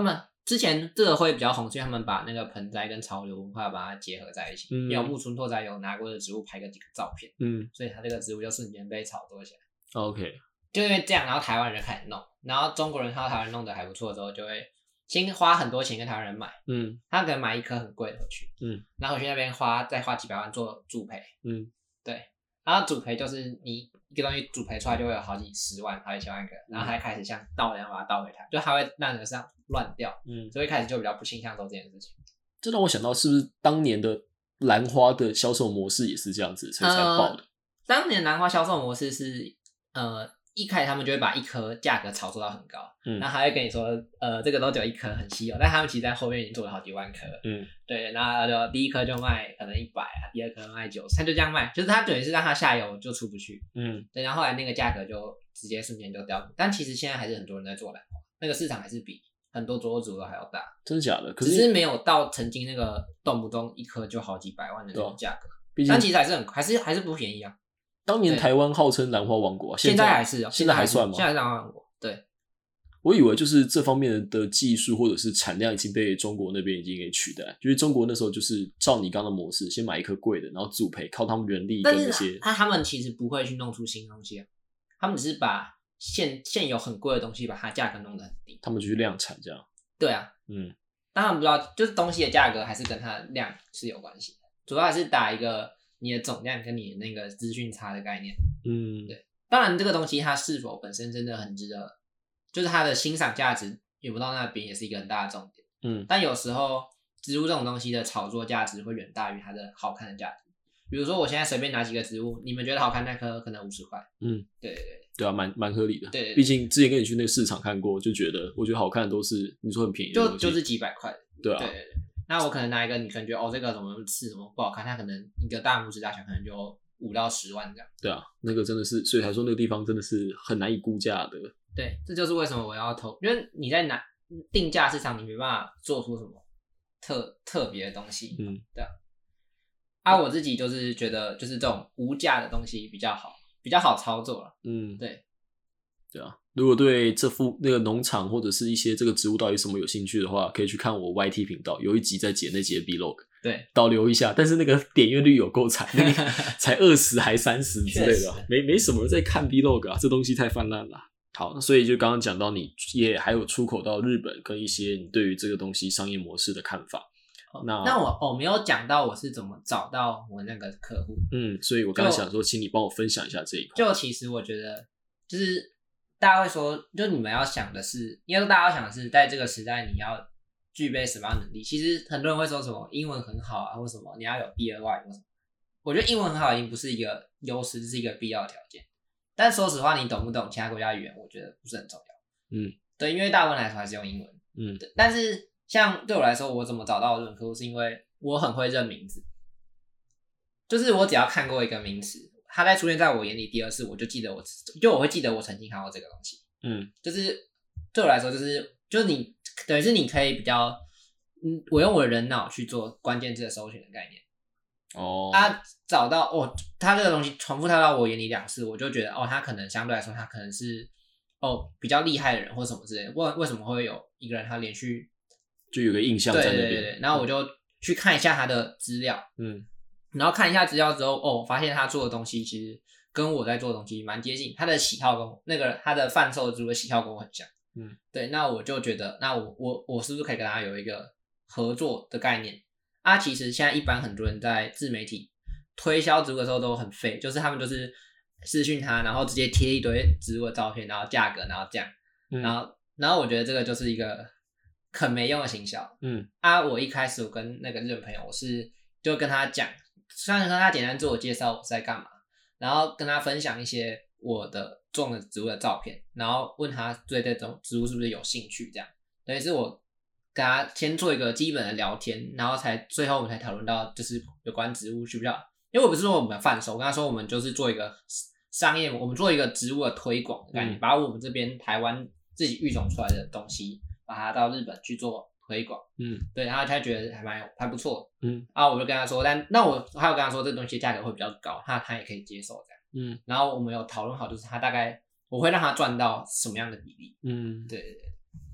之前这个会比较红，所以他们把那个盆栽跟潮流文化把它结合在一起。 嗯， 因为木村拓哉有拿过的植物拍个几个照片， 嗯， 所以他这个植物就瞬间被炒作起来。 OK， 就因为这样，然后台湾人开始弄，然后中国人看到台湾人弄得还不错之后，就会先花很多钱跟台湾人买， 嗯， 他可能买一颗很贵的回去， 嗯， 然后回去那边花再花几百万做主培， 嗯， 对，然后主培就是你一个东西主培出来就会有好几十万、好几千万个，然后他开始像倒一样把它倒回台，就他会让人上乱掉，嗯，所以一开始就比较不倾向做这件事情。 这让我想到，是不是当年的兰花的销售模式也是这样子，所以才爆的？ 呃、当年兰花销售模式是呃。一开始他们就会把一颗价格炒作到很高，嗯，然后还会跟你说，呃，这个都只有一颗很稀有，但他们其实在后面已经做了好几万颗，嗯，对，然后就第一颗就卖可能一百啊，第二颗卖九十，他就这样卖，就是他等于是让他下游就出不去，嗯，对，然后后来那个价格就直接瞬间就掉，但其实现在还是很多人在做兰花，那个市场还是比很多作物组都还要大， 真的假的？可是只是没有到曾经那个动不动一颗就好几百万的那种价格，但其实还是很还是还是不便宜啊。 当年台湾号称兰花王国、啊， 现在还是哦， 现在还算吗？ 现在是兰花王国。对， 我以为就是这方面的技术或者是产量已经被中国那边已经给取代，就是中国那时候就是照你刚刚的模式，先买一颗贵的，然后主培靠他们人力跟那些。 他他们其实不会去弄出新东西啊，他们只是把现现有很贵的东西把它价格弄得很低， 他们就去量产这样。 对啊，嗯，但他们不知道，就是东西的价格还是跟它的量是有关系的，主要还是打一个。你的总量跟你的那个资讯差的概念，嗯，对。当然，这个东西它是否本身真的很值得，就是它的欣赏价值有不到那边，也是一个很大的重点。嗯，但有时候植物这种东西的炒作价值会远大于它的好看的价值。比如说，我现在随便拿几个植物，你们觉得好看那颗可能五十块，嗯，对对对， 对啊，蛮蛮合理的。 对， 毕竟之前跟你去那个市场看过，就觉得我觉得好看的都是你说很便宜的东西， 就就是几百块， 对啊， 对对对。那我可能拿一个，你可能觉得哦，这个怎么刺什么不好看，它可能一个大拇指大小，可能就五到十万这样。 对啊，那个真的是，所以才说那个地方真的是很难以估价的。 对，这就是为什么我要投，因为你在拿定价市场，你没办法做出什么特特别的东西。嗯，对啊。啊，我自己就是觉得，就是这种无价的东西比较好，比较好操作了。嗯，对， 对啊。如果对这幅那个农场或者是一些这个植物到底什么有兴趣的话，可以去看我 Y T 频道，有一集在剪那集的 Vlog， 对， 导流一下。但是那个点阅率有够惨，那个才二十还三十之类的，没没什么人在看 Vlog 啊，这东西太泛滥了。好，那所以就刚刚讲到，你也还有出口到日本跟一些你对于这个东西商业模式的看法。那那我我、哦、没有讲到我是怎么找到我那个客户， 嗯，所以我刚才想说，请你帮我分享一下这一块。 就其实我觉得就是。大家会说，就你们要想的是，应该说大家要想的是，在这个时代你要具备什么样的能力？其实很多人会说什么英文很好啊，或什么你要有第二外语或什么。我觉得英文很好已经不是一个优势，这是一个必要的条件。但说实话，你懂不懂其他国家语言，我觉得不是很重要。嗯，对，因为大部分来说还是用英文。嗯，对。但是像对我来说，我怎么找到日本客户，是因为我很会认名字，就是我只要看过一个名词。它在出现在我眼里第二次，我就记得我，就我会记得我曾经看过这个东西。嗯，就是对我来说，就是就是你等于是你可以比较，嗯，我用我的人脑去做关键字的搜寻的概念。哦，他找到哦，他这个东西重复跳到我眼里两次，我就觉得哦，他可能相对来说，他可能是哦比较厉害的人或什么之类的。为为什么会有一个人他连续就有个印象在那边？ 对对对对，然后我就去看一下他的资料。嗯。然后看一下资料之后，哦，发现他做的东西其实跟我在做的东西蛮接近，他的喜好跟我那个他的贩售植物的喜好跟我很像，嗯，对，那我就觉得，那我我我是不是可以跟他有一个合作的概念啊？其实现在一般很多人在自媒体推销植物的时候都很废，就是他们就是私讯他，然后直接贴一堆植物的照片，然后价格，然后这样，嗯、然后然后我觉得这个就是一个很没用的行销，嗯，啊，我一开始我跟那个日本朋友，我是就跟他讲。虽然跟他简单自我介绍我是在干嘛，然后跟他分享一些我的种的植物的照片，然后问他对这种植物是不是有兴趣，这样等于是我跟他先做一个基本的聊天，然后才最后我们才讨论到就是有关植物需不需要，因为我不是说我们贩售，我跟他说我们就是做一个商业，我们做一个植物的推广的概念，嗯、把我们这边台湾自己育种出来的东西，把它到日本去做。推广，嗯，对，然后他觉得还蛮有还不错，嗯，啊，我就跟他说，但那我还有跟他说这东西价格会比较高，他他也可以接受这样，嗯，然后我们有讨论好，就是他大概我会让他赚到什么样的比例，嗯，对对对，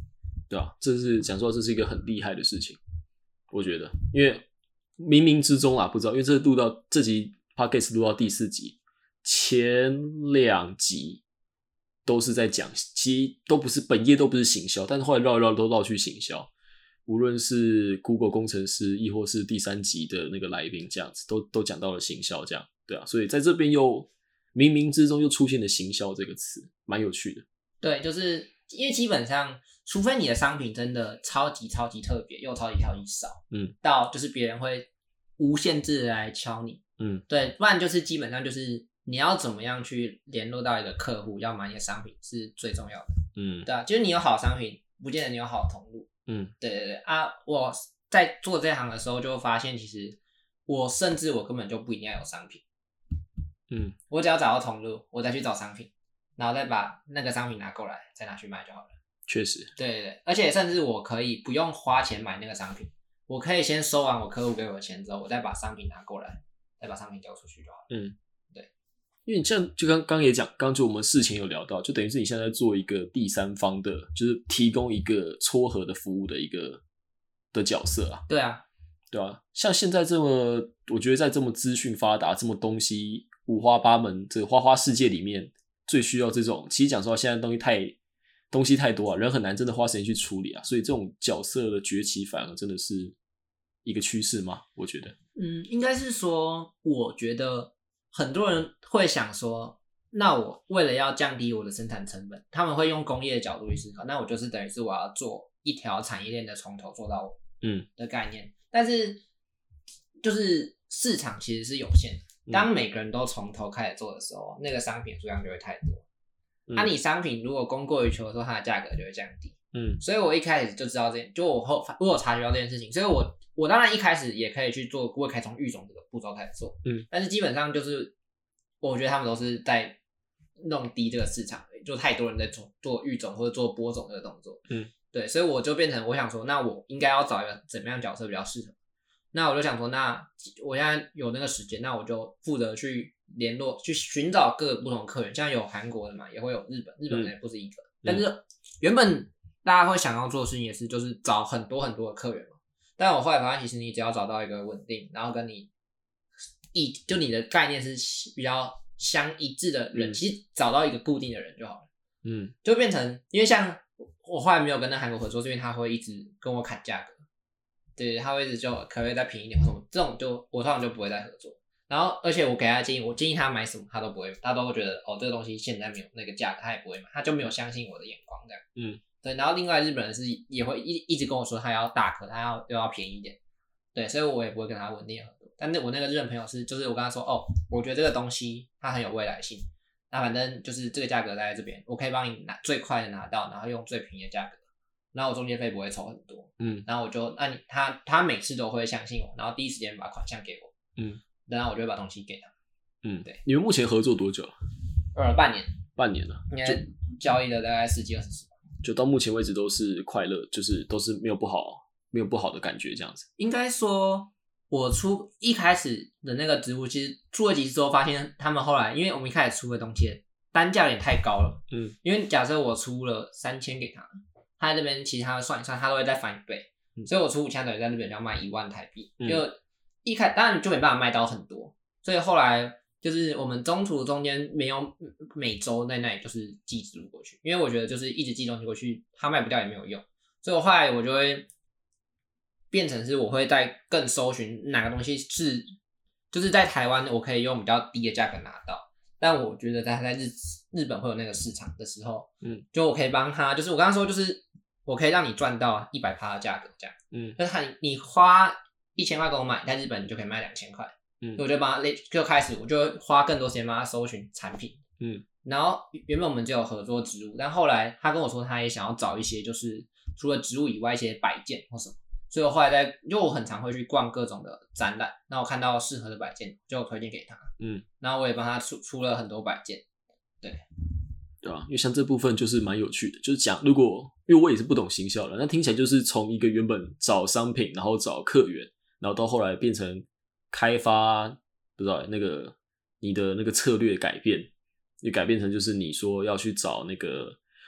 对吧、啊？这是讲说这是一个很厉害的事情，我觉得，因为冥冥之中啊，不知道，因为这录到这集 podcast 录到第四集，前两集都是在讲，其实都不是本业都不是行销，但是后来绕一绕都绕去行销。无论是 Google 工程师，亦或是第三集的那个来宾，这样子都都讲到了行销，这样对啊，所以在这边又冥冥之中又出现了行销这个词，蛮有趣的。 对，就是因为基本上，除非你的商品真的超级超级特别，又超级超级少， 嗯， 到就是别人会无限制的来敲你， 嗯， 对，不然就是基本上就是你要怎么样去联络到一个客户，要买你的商品是最重要的， 嗯， 对啊，就是你有好商品，不见得你有好通路。 嗯， 对对对啊！我在做这行的时候就发现，其实我甚至我根本就不一定要有商品， 嗯， 我只要找到通路，我再去找商品，然后再把那个商品拿过来，再拿去卖就好了。 确实， 对对对，而且甚至我可以不用花钱买那个商品，我可以先收完我客户给我的钱之后，我再把商品拿过来，再把商品交出去就好了。 嗯， 对， 因为你像就刚刚也讲，刚就我们事前有聊到，就等于是你现在在做一个第三方的，就是提供一个撮合的服务的一个的角色啊。 对啊， 对啊，像现在这么，我觉得在这么资讯发达、这么东西五花八门这个花花世界里面，最需要这种。其实讲实话，现在东西太东西太多啊，人很难真的花时间去处理啊，所以这种角色的崛起，反而真的是一个趋势吗？我觉得， 嗯，应该是说，我觉得很多人会想说，那我为了要降低我的生产成本，他们会用工业的角度去思考，那我就是等于是我要做一条产业链的从头做到尾，嗯的概念。嗯、但是就是市场其实是有限的，当每个人都从头开始做的时候，那个商品数量就会太多。那、嗯啊、你商品如果供过于求的时候，它的价格就会降低。嗯，所以我一开始就知道这件，就我后我有察觉到这件事情，所以我我当然一开始也可以去做，我也可以从育种这个步骤开始做。嗯，但是基本上就是我觉得他们都是在弄低这个市场，就太多人在做做育种或者做播种这个动作。嗯，对，所以我就变成我想说，那我应该要找一个怎么样角色比较适合？那我就想说，那我现在有那个时间，那我就负责去联络，去寻找各个不同的客源，像有韩国的嘛，也会有日本，日本的也不是一个，嗯、但是原本大家会想要做的事情也是，就是找很多很多的客源嘛。但我后来发现，其实你只要找到一个稳定，然后跟你一就你的概念是比较相一致的人，嗯、其实找到一个固定的人就好了。嗯，就变成因为像我后来没有跟那韩国合作，是因为他会一直跟我砍价格。对，他会一直就可不可以再便宜一点或什么，这种就我通常就不会再合作。然后，而且我给他建议，我建议他买什么，他都不会，他都会觉得哦，这个东西现在没有那个价格，他也不会买，他就没有相信我的眼光这样。嗯，对。然后另外日本人是也会一一直跟我说他要大颗，他要又要便宜一点。对，所以我也不会跟他稳定合作。但是我那个日本朋友是，就是我跟他说哦，我觉得这个东西它很有未来性，那反正就是这个价格在这边，我可以帮你拿最快的拿到，然后用最便宜的价格。然后我中介费不会抽很多，嗯，然后我就那你他他每次都会相信我，然后第一时间把款项给我，嗯，然后我就会把东西给他，嗯，对。 你们目前合作多久？ 呃，半年， 半年了， 应该交易了大概十几二十次吧， 就到目前为止都是快乐，就是都是没有不好，没有不好的感觉这样子。 应该说，我出一开始的那个植物，其实出了几次之后，发现他们后来，因为我们一开始出的东西单价有点太高了，嗯，因为假设我出了三千给他。他在这边其实他算一算，他都会再翻一倍，嗯、所以我出五千等于在那边要卖一万台币，嗯、就一开当然就没办法卖到很多，所以后来就是我们中途中间没有每周在那里就是寄植物过去，因为我觉得就是一直寄东西过去，他卖不掉也没有用，所以我后来我就会变成是我会再更搜寻哪个东西是就是在台湾我可以用比较低的价格拿到。但我觉得在在日日本会有那个市场的时候，嗯，就我可以帮他，就是我刚刚说，就是我可以让你赚到一百趴的价格，这样，嗯，就是他你花一千块给我买，在日本你就可以卖两千块，嗯，我就帮他就开始，我就花更多时间帮他搜寻产品，嗯，然后原本我们就有合作植物，但后来他跟我说他也想要找一些就是除了植物以外一些摆件或什么，所以我后来在，因为我很常会去逛各种的展览，那我看到适合的摆件就推荐给他。嗯，然后我也帮他出出了很多摆件，对， 对啊，因为像这部分就是蛮有趣的，就是讲如果因为我也是不懂行销的，那听起来就是从一个原本找商品，然后找客源，然后到后来变成开发，不知道那个你的那个策略改变，也改变成就是你说要去找那个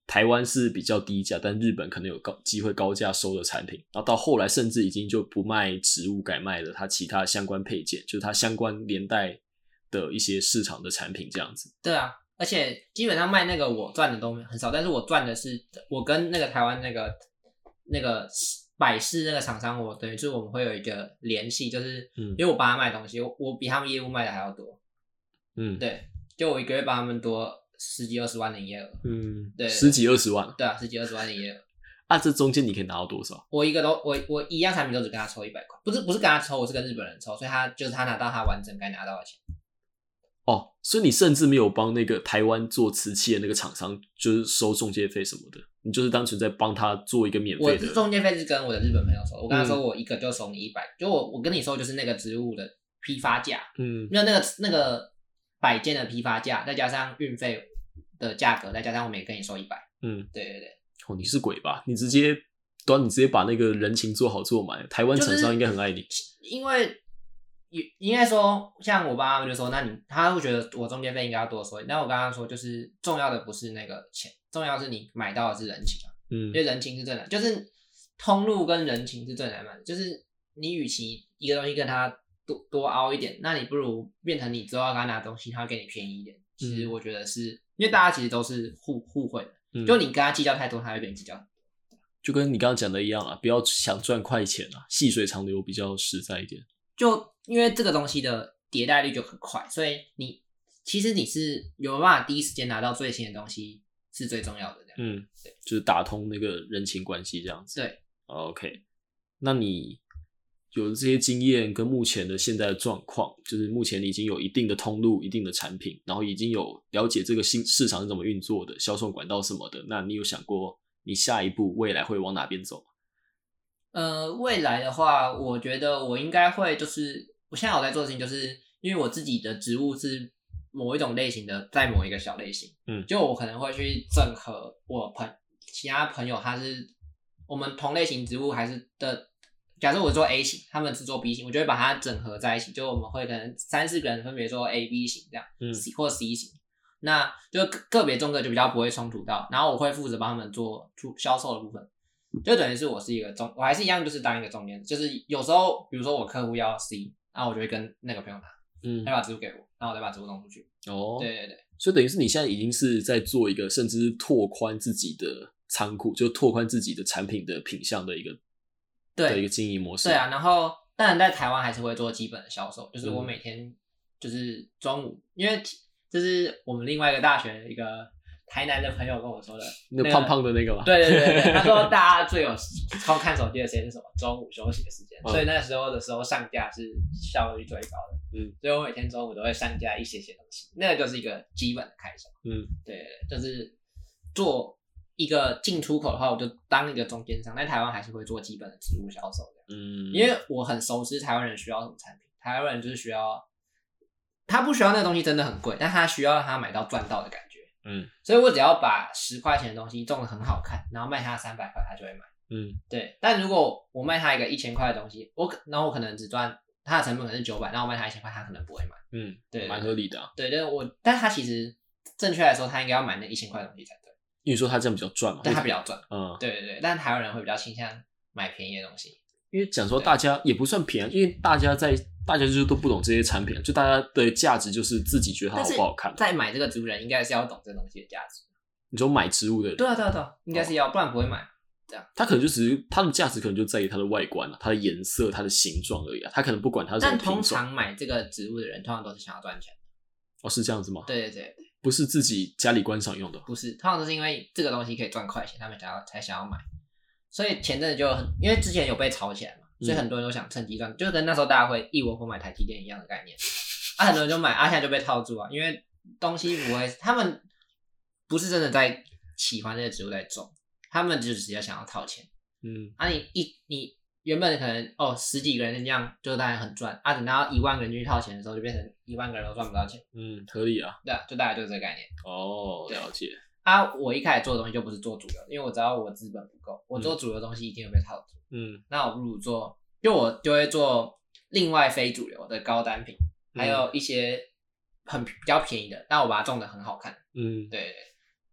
台湾是比较低价，但日本可能有高机会高价收的产品，然后到后来甚至已经就不卖植物，改卖了它其他相关配件，就是它相关连带的一些市场的产品这样子。 对啊，而且基本上卖那个我赚的都很少，但是我赚的是我跟那个台湾那个那个百事那个厂商，我等于是我们会有一个联系，就是因为我帮他卖东西，我我比他们业务卖的还要多。嗯，对，就我一个月帮他们多十几二十万的营业额。嗯，对， 十几二十万。 对啊，十几二十万的营业额。 啊，这中间你可以拿到多少？ 我一个都我我一样产品都只跟他抽一百块，不是不是跟他抽，我是跟日本人抽，所以他就是他拿到他完整该拿到的钱。 哦，所以你甚至没有帮那个台湾做瓷器的那个厂商，就是收中介费什么的，你就是单纯在帮他做一个免费的。 我中介费是跟我的日本朋友收，我跟他说我一个就收你一百，就我我跟你收就是那个植物的批发价，嗯，因为那个那个百件的批发价，再加上运费的价格，再加上我们也跟你收一百，嗯，对对对。 哦，你是鬼吧？你直接，对啊，你直接把那个人情做好做满，台湾厂商应该很爱你， 就是、因为。应该说，像我爸妈就说，那你他会觉得我中间费应该要多收一点。但我刚刚说，就是重要的不是那个钱，重要的是你买到的是人情啊。嗯，因为人情是最难，就是通路跟人情是最难买的。就是你与其一个东西跟他多多凹一点，那你不如变成你之后要跟他拿东西，他会给你便宜一点。其实我觉得是、嗯、因为大家其实都是互互惠的、嗯，就你跟他计较太多，他会跟你计较。 就跟你刚刚讲的一样啊，不要想赚快钱啊，细水长流比较实在一点。 就因为这个东西的迭代率就很快，所以你其实你是有办法第一时间拿到最新的东西是最重要的。这样， 嗯，对，就是打通那个人情关系这样子。 对 ，OK， 那你有了这些经验跟目前的现在的状况，就是目前你已经有一定的通路、一定的产品，然后已经有了解这个新市场是怎么运作的、销售管道什么的。那你有想过你下一步未来会往哪边走吗？ 呃，未来的话，我觉得我应该会就是我现在有在做的事情，就是因为我自己的职务是某一种类型的，在某一个小类型，嗯，就我可能会去整合我朋其他朋友，他是我们同类型职务还是的，假设我做 A 型，他们是做 B 型，我就会把它整合在一起，就我们会可能三四个人分别做 A、B 型这样，嗯 ，C 或 C 型，那就个别中个就比较不会冲突到，然后我会负责帮他们做出销售的部分。就等于是我是一个中，我还是一样，就是当一个中间，就是有时候，比如说我客户要 C， 然后我就会跟那个朋友拿，嗯，他把植物给我，然后我再把植物弄出去。哦，对对对， 所以等于是你现在已经是在做一个，甚至是拓宽自己的仓库，就拓宽自己的产品的品项的一个，对的一个经营模式。 对啊，然后当然在台湾还是会做基本的销售，就是我每天就是中午，嗯、因为这是我们另外一个大学的一个。台南的朋友跟我说的， 那个胖胖的那个吗？ 对对对对，他说大家最有超看手机的时间是什么？中午休息的时间，嗯、所以那时候的时候上架是效率最高的。嗯，所以我每天中午都会上架一些些东西，那个就是一个基本的开销。嗯，对，就是做一个进出口的话，我就当一个中间商，在台湾还是会做基本的植物销售的。嗯，因为我很熟知台湾人需要什么产品，台湾人就是需要，他不需要那个东西真的很贵，但他需要让他买到赚到的感觉。嗯，所以我只要把十块钱的东西种得很好看，然后卖他三百块，他就会买。嗯，对。但如果我卖他一个一千块的东西，我然后我可能只赚他的成本可能是九百，然后我卖他一千块，他可能不会买。 嗯，对，蛮合理的、啊。 对，但我，但他其实正确来说，他应该要买那一千块的东西才对。 因为说他这样比较赚嘛， 但他比较赚。嗯，对对对。但台湾人会比较倾向买便宜的东西。 因为讲说大家也不算便宜，因为大家在大家就是都不懂这些产品，就大家的价值就是自己觉得它好不好看。 在买这个植物人应该是要懂这东西的价值。 你说买植物的人， 对啊对啊对啊，应该是要，哦、不然不会买。这样， 他可能就只是它的价值可能就在于它的外观啊，它的颜色、它的形状而已啊，他可能不管它是什么品种。 但通常买这个植物的人，通常都是想要赚钱。 哦，是这样子吗？ 对对对对， 不是自己家里观赏用的。 不是，通常都是因为这个东西可以赚快钱，他们想要才想要买。所以前阵子就很，因为之前有被炒起来嘛。所以很多人都想趁机赚、嗯，就跟那时候大家会一窝蜂买台积电一样的概念。啊，很多人就买，啊，现在就被套住啊，因为东西不会，他们不是真的在喜欢这些植物在种，他们就只是想要套钱。嗯，啊你，你一你原本可能哦十几个人这样，就当然很赚啊，等到一万个人去套钱的时候，就变成一万个人都赚不到钱。 嗯，合理啊。 对啊，就大概就是这个概念。 哦，了解。 啊，我一开始做的东西就不是做主流，因为我知道我资本不够，我做主流的东西一定会被套住。嗯，那我不如做，就我就会做另外非主流的高单品，嗯、还有一些很比较便宜的，但我把它种得很好看。嗯，对对。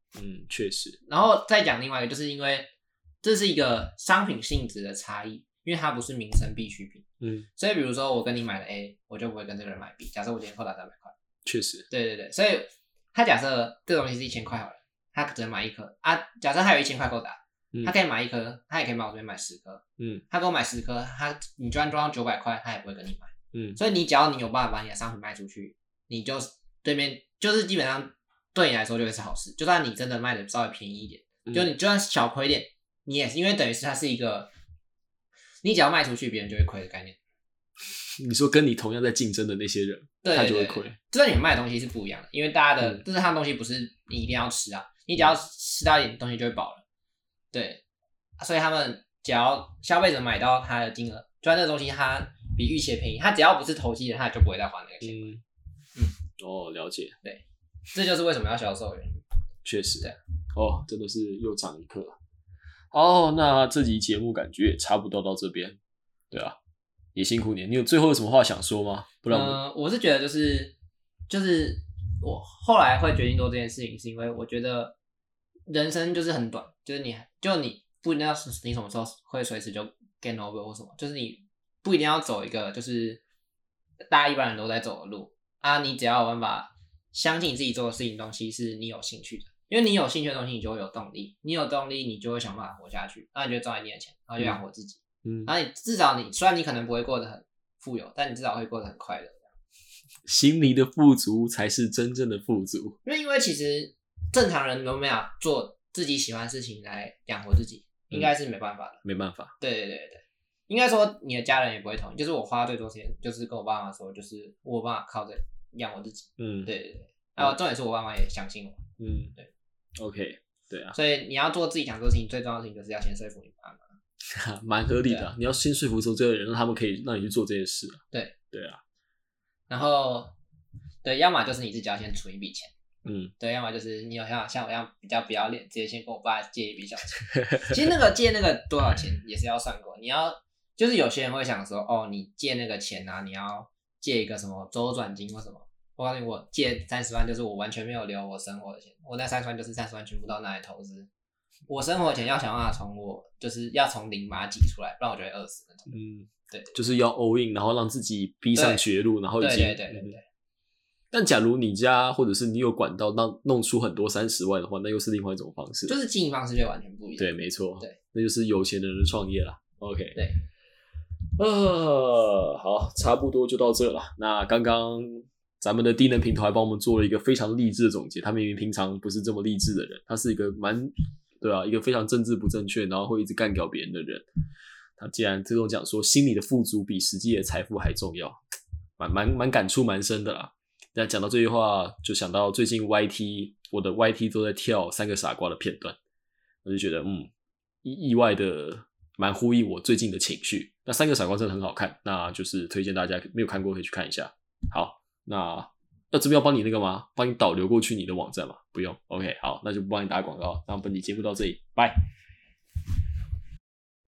嗯，确实。 然后再讲另外一个，就是因为这是一个商品性质的差异，因为它不是民生必需品。 嗯， 所以比如说我跟你买了 A， 我就不会跟这个人买 B。假设我今天扣打三百块， 确实， 对对对，所以他假设这个东西是一千块好了，他只能买一颗啊。假设他有一千块扣打，嗯、他可以买一颗，他也可以买我这边买十颗。嗯，他给我买十颗，他你就算赚到九百块，他也不会跟你买。嗯，所以你只要你有办法把你的商品卖出去，你就对面就是基本上对你来说就会是好事。就算你真的卖的稍微便宜一点，嗯、就你就算小亏一点，你也是因为等于是它是一个。你只要卖出去，别人就会亏的概念。 你说跟你同样在竞争的那些人， 对对对他就会亏。 就算你们卖的东西是不一样的，因为大家的，嗯、就是他的东西不是你一定要吃啊，你只要吃到一点东西就会饱了。对，所以他们只要消费者买到他的金额，就算这个东西它比预期便宜，他只要不是投机的，他就不会再花那个钱。嗯嗯，哦，了解。 对，这就是为什么要销售的原因。 确实， 对， 哦，真的是又长一课。哦，那这集节目感觉也差不多到这边，对啊，也辛苦你。你有最后有什么话想说吗？不然我， 呃，我是觉得就是就是我后来会决定做这件事情，是因为我觉得人生就是很短，就是你就你不一定要你什么时候会随时就 get over 或什么，就是你不一定要走一个就是大家一般人都在走的路啊，你只要有办法相信你自己做的事情东西是你有兴趣的。因为你有兴趣的东西，你就会有动力。你有动力，你就会想办法活下去。那你就会赚一定的钱，然后就养活自己。嗯，然后你至少你虽然你可能不会过得很富有，但你至少会过得很快乐。 心灵的富足才是真正的富足。 因为因为其实正常人没有办法做自己喜欢的事情来养活自己，应该是没办法的。 嗯、没办法。 对对对对，应该说你的家人也不会同意。就是我花最多时间，就是跟我爸妈说，就是我有办法靠着养活自己。嗯，对对对。然后重点是我爸妈也相信我。嗯，对。 OK， 对啊， 所以你要做自己想做的事情，最重要的事情就是要先说服你爸妈， 蛮合理的、啊。你要先说服周围的人，让他们可以让你去做这件事、啊。 对， 对啊。 然后，对，要么就是你自己要先存一笔钱，嗯，对，要么就是你有像像我一样比较不要脸，直接先跟我爸借一笔小钱。其实那个借那个多少钱也是要算过，你要就是有些人会想说，哦，你借那个钱啊，你要借一个什么周转金或什么。我告诉你，我借三十万就是我完全没有留我生活的钱，我那三十万就是三十万全部都拿来投资。我生活的钱要想办法从我就是要从零把它挤出来，不然我就会饿死那种。嗯，对， 就是要 all in， 然后让自己逼上绝路，然后已经对对对对对。 但假如你家或者是你有管道让弄出很多三十万的话，那又是另外一种方式， 就是经营方式就完全不一样。 对，没错， 对， 那就是有钱人的创业啦。OK， 对， 呃，好，差不多就到这了。那刚刚。咱们的低能平台帮我们做了一个非常励志的总结，他明明平常不是这么励志的人，他是一个蛮对啊，一个非常政治不正确，然后会一直干掉别人的人。他既然这种讲说心理的富足比实际的财富还重要，蛮蛮蛮感触蛮深的啦。那讲到这句话，就想到最近 Y T 我的 Y T 都在跳三个傻瓜的片段，我就觉得嗯，意意外的蛮呼应我最近的情绪。那三个傻瓜真的很好看，那就是推荐大家没有看过可以去看一下。好。那要这边要帮你那个吗？帮你导流过去你的网站吗？不用 ，OK， 好，那就不帮你打广告。那本期节目到这里，拜。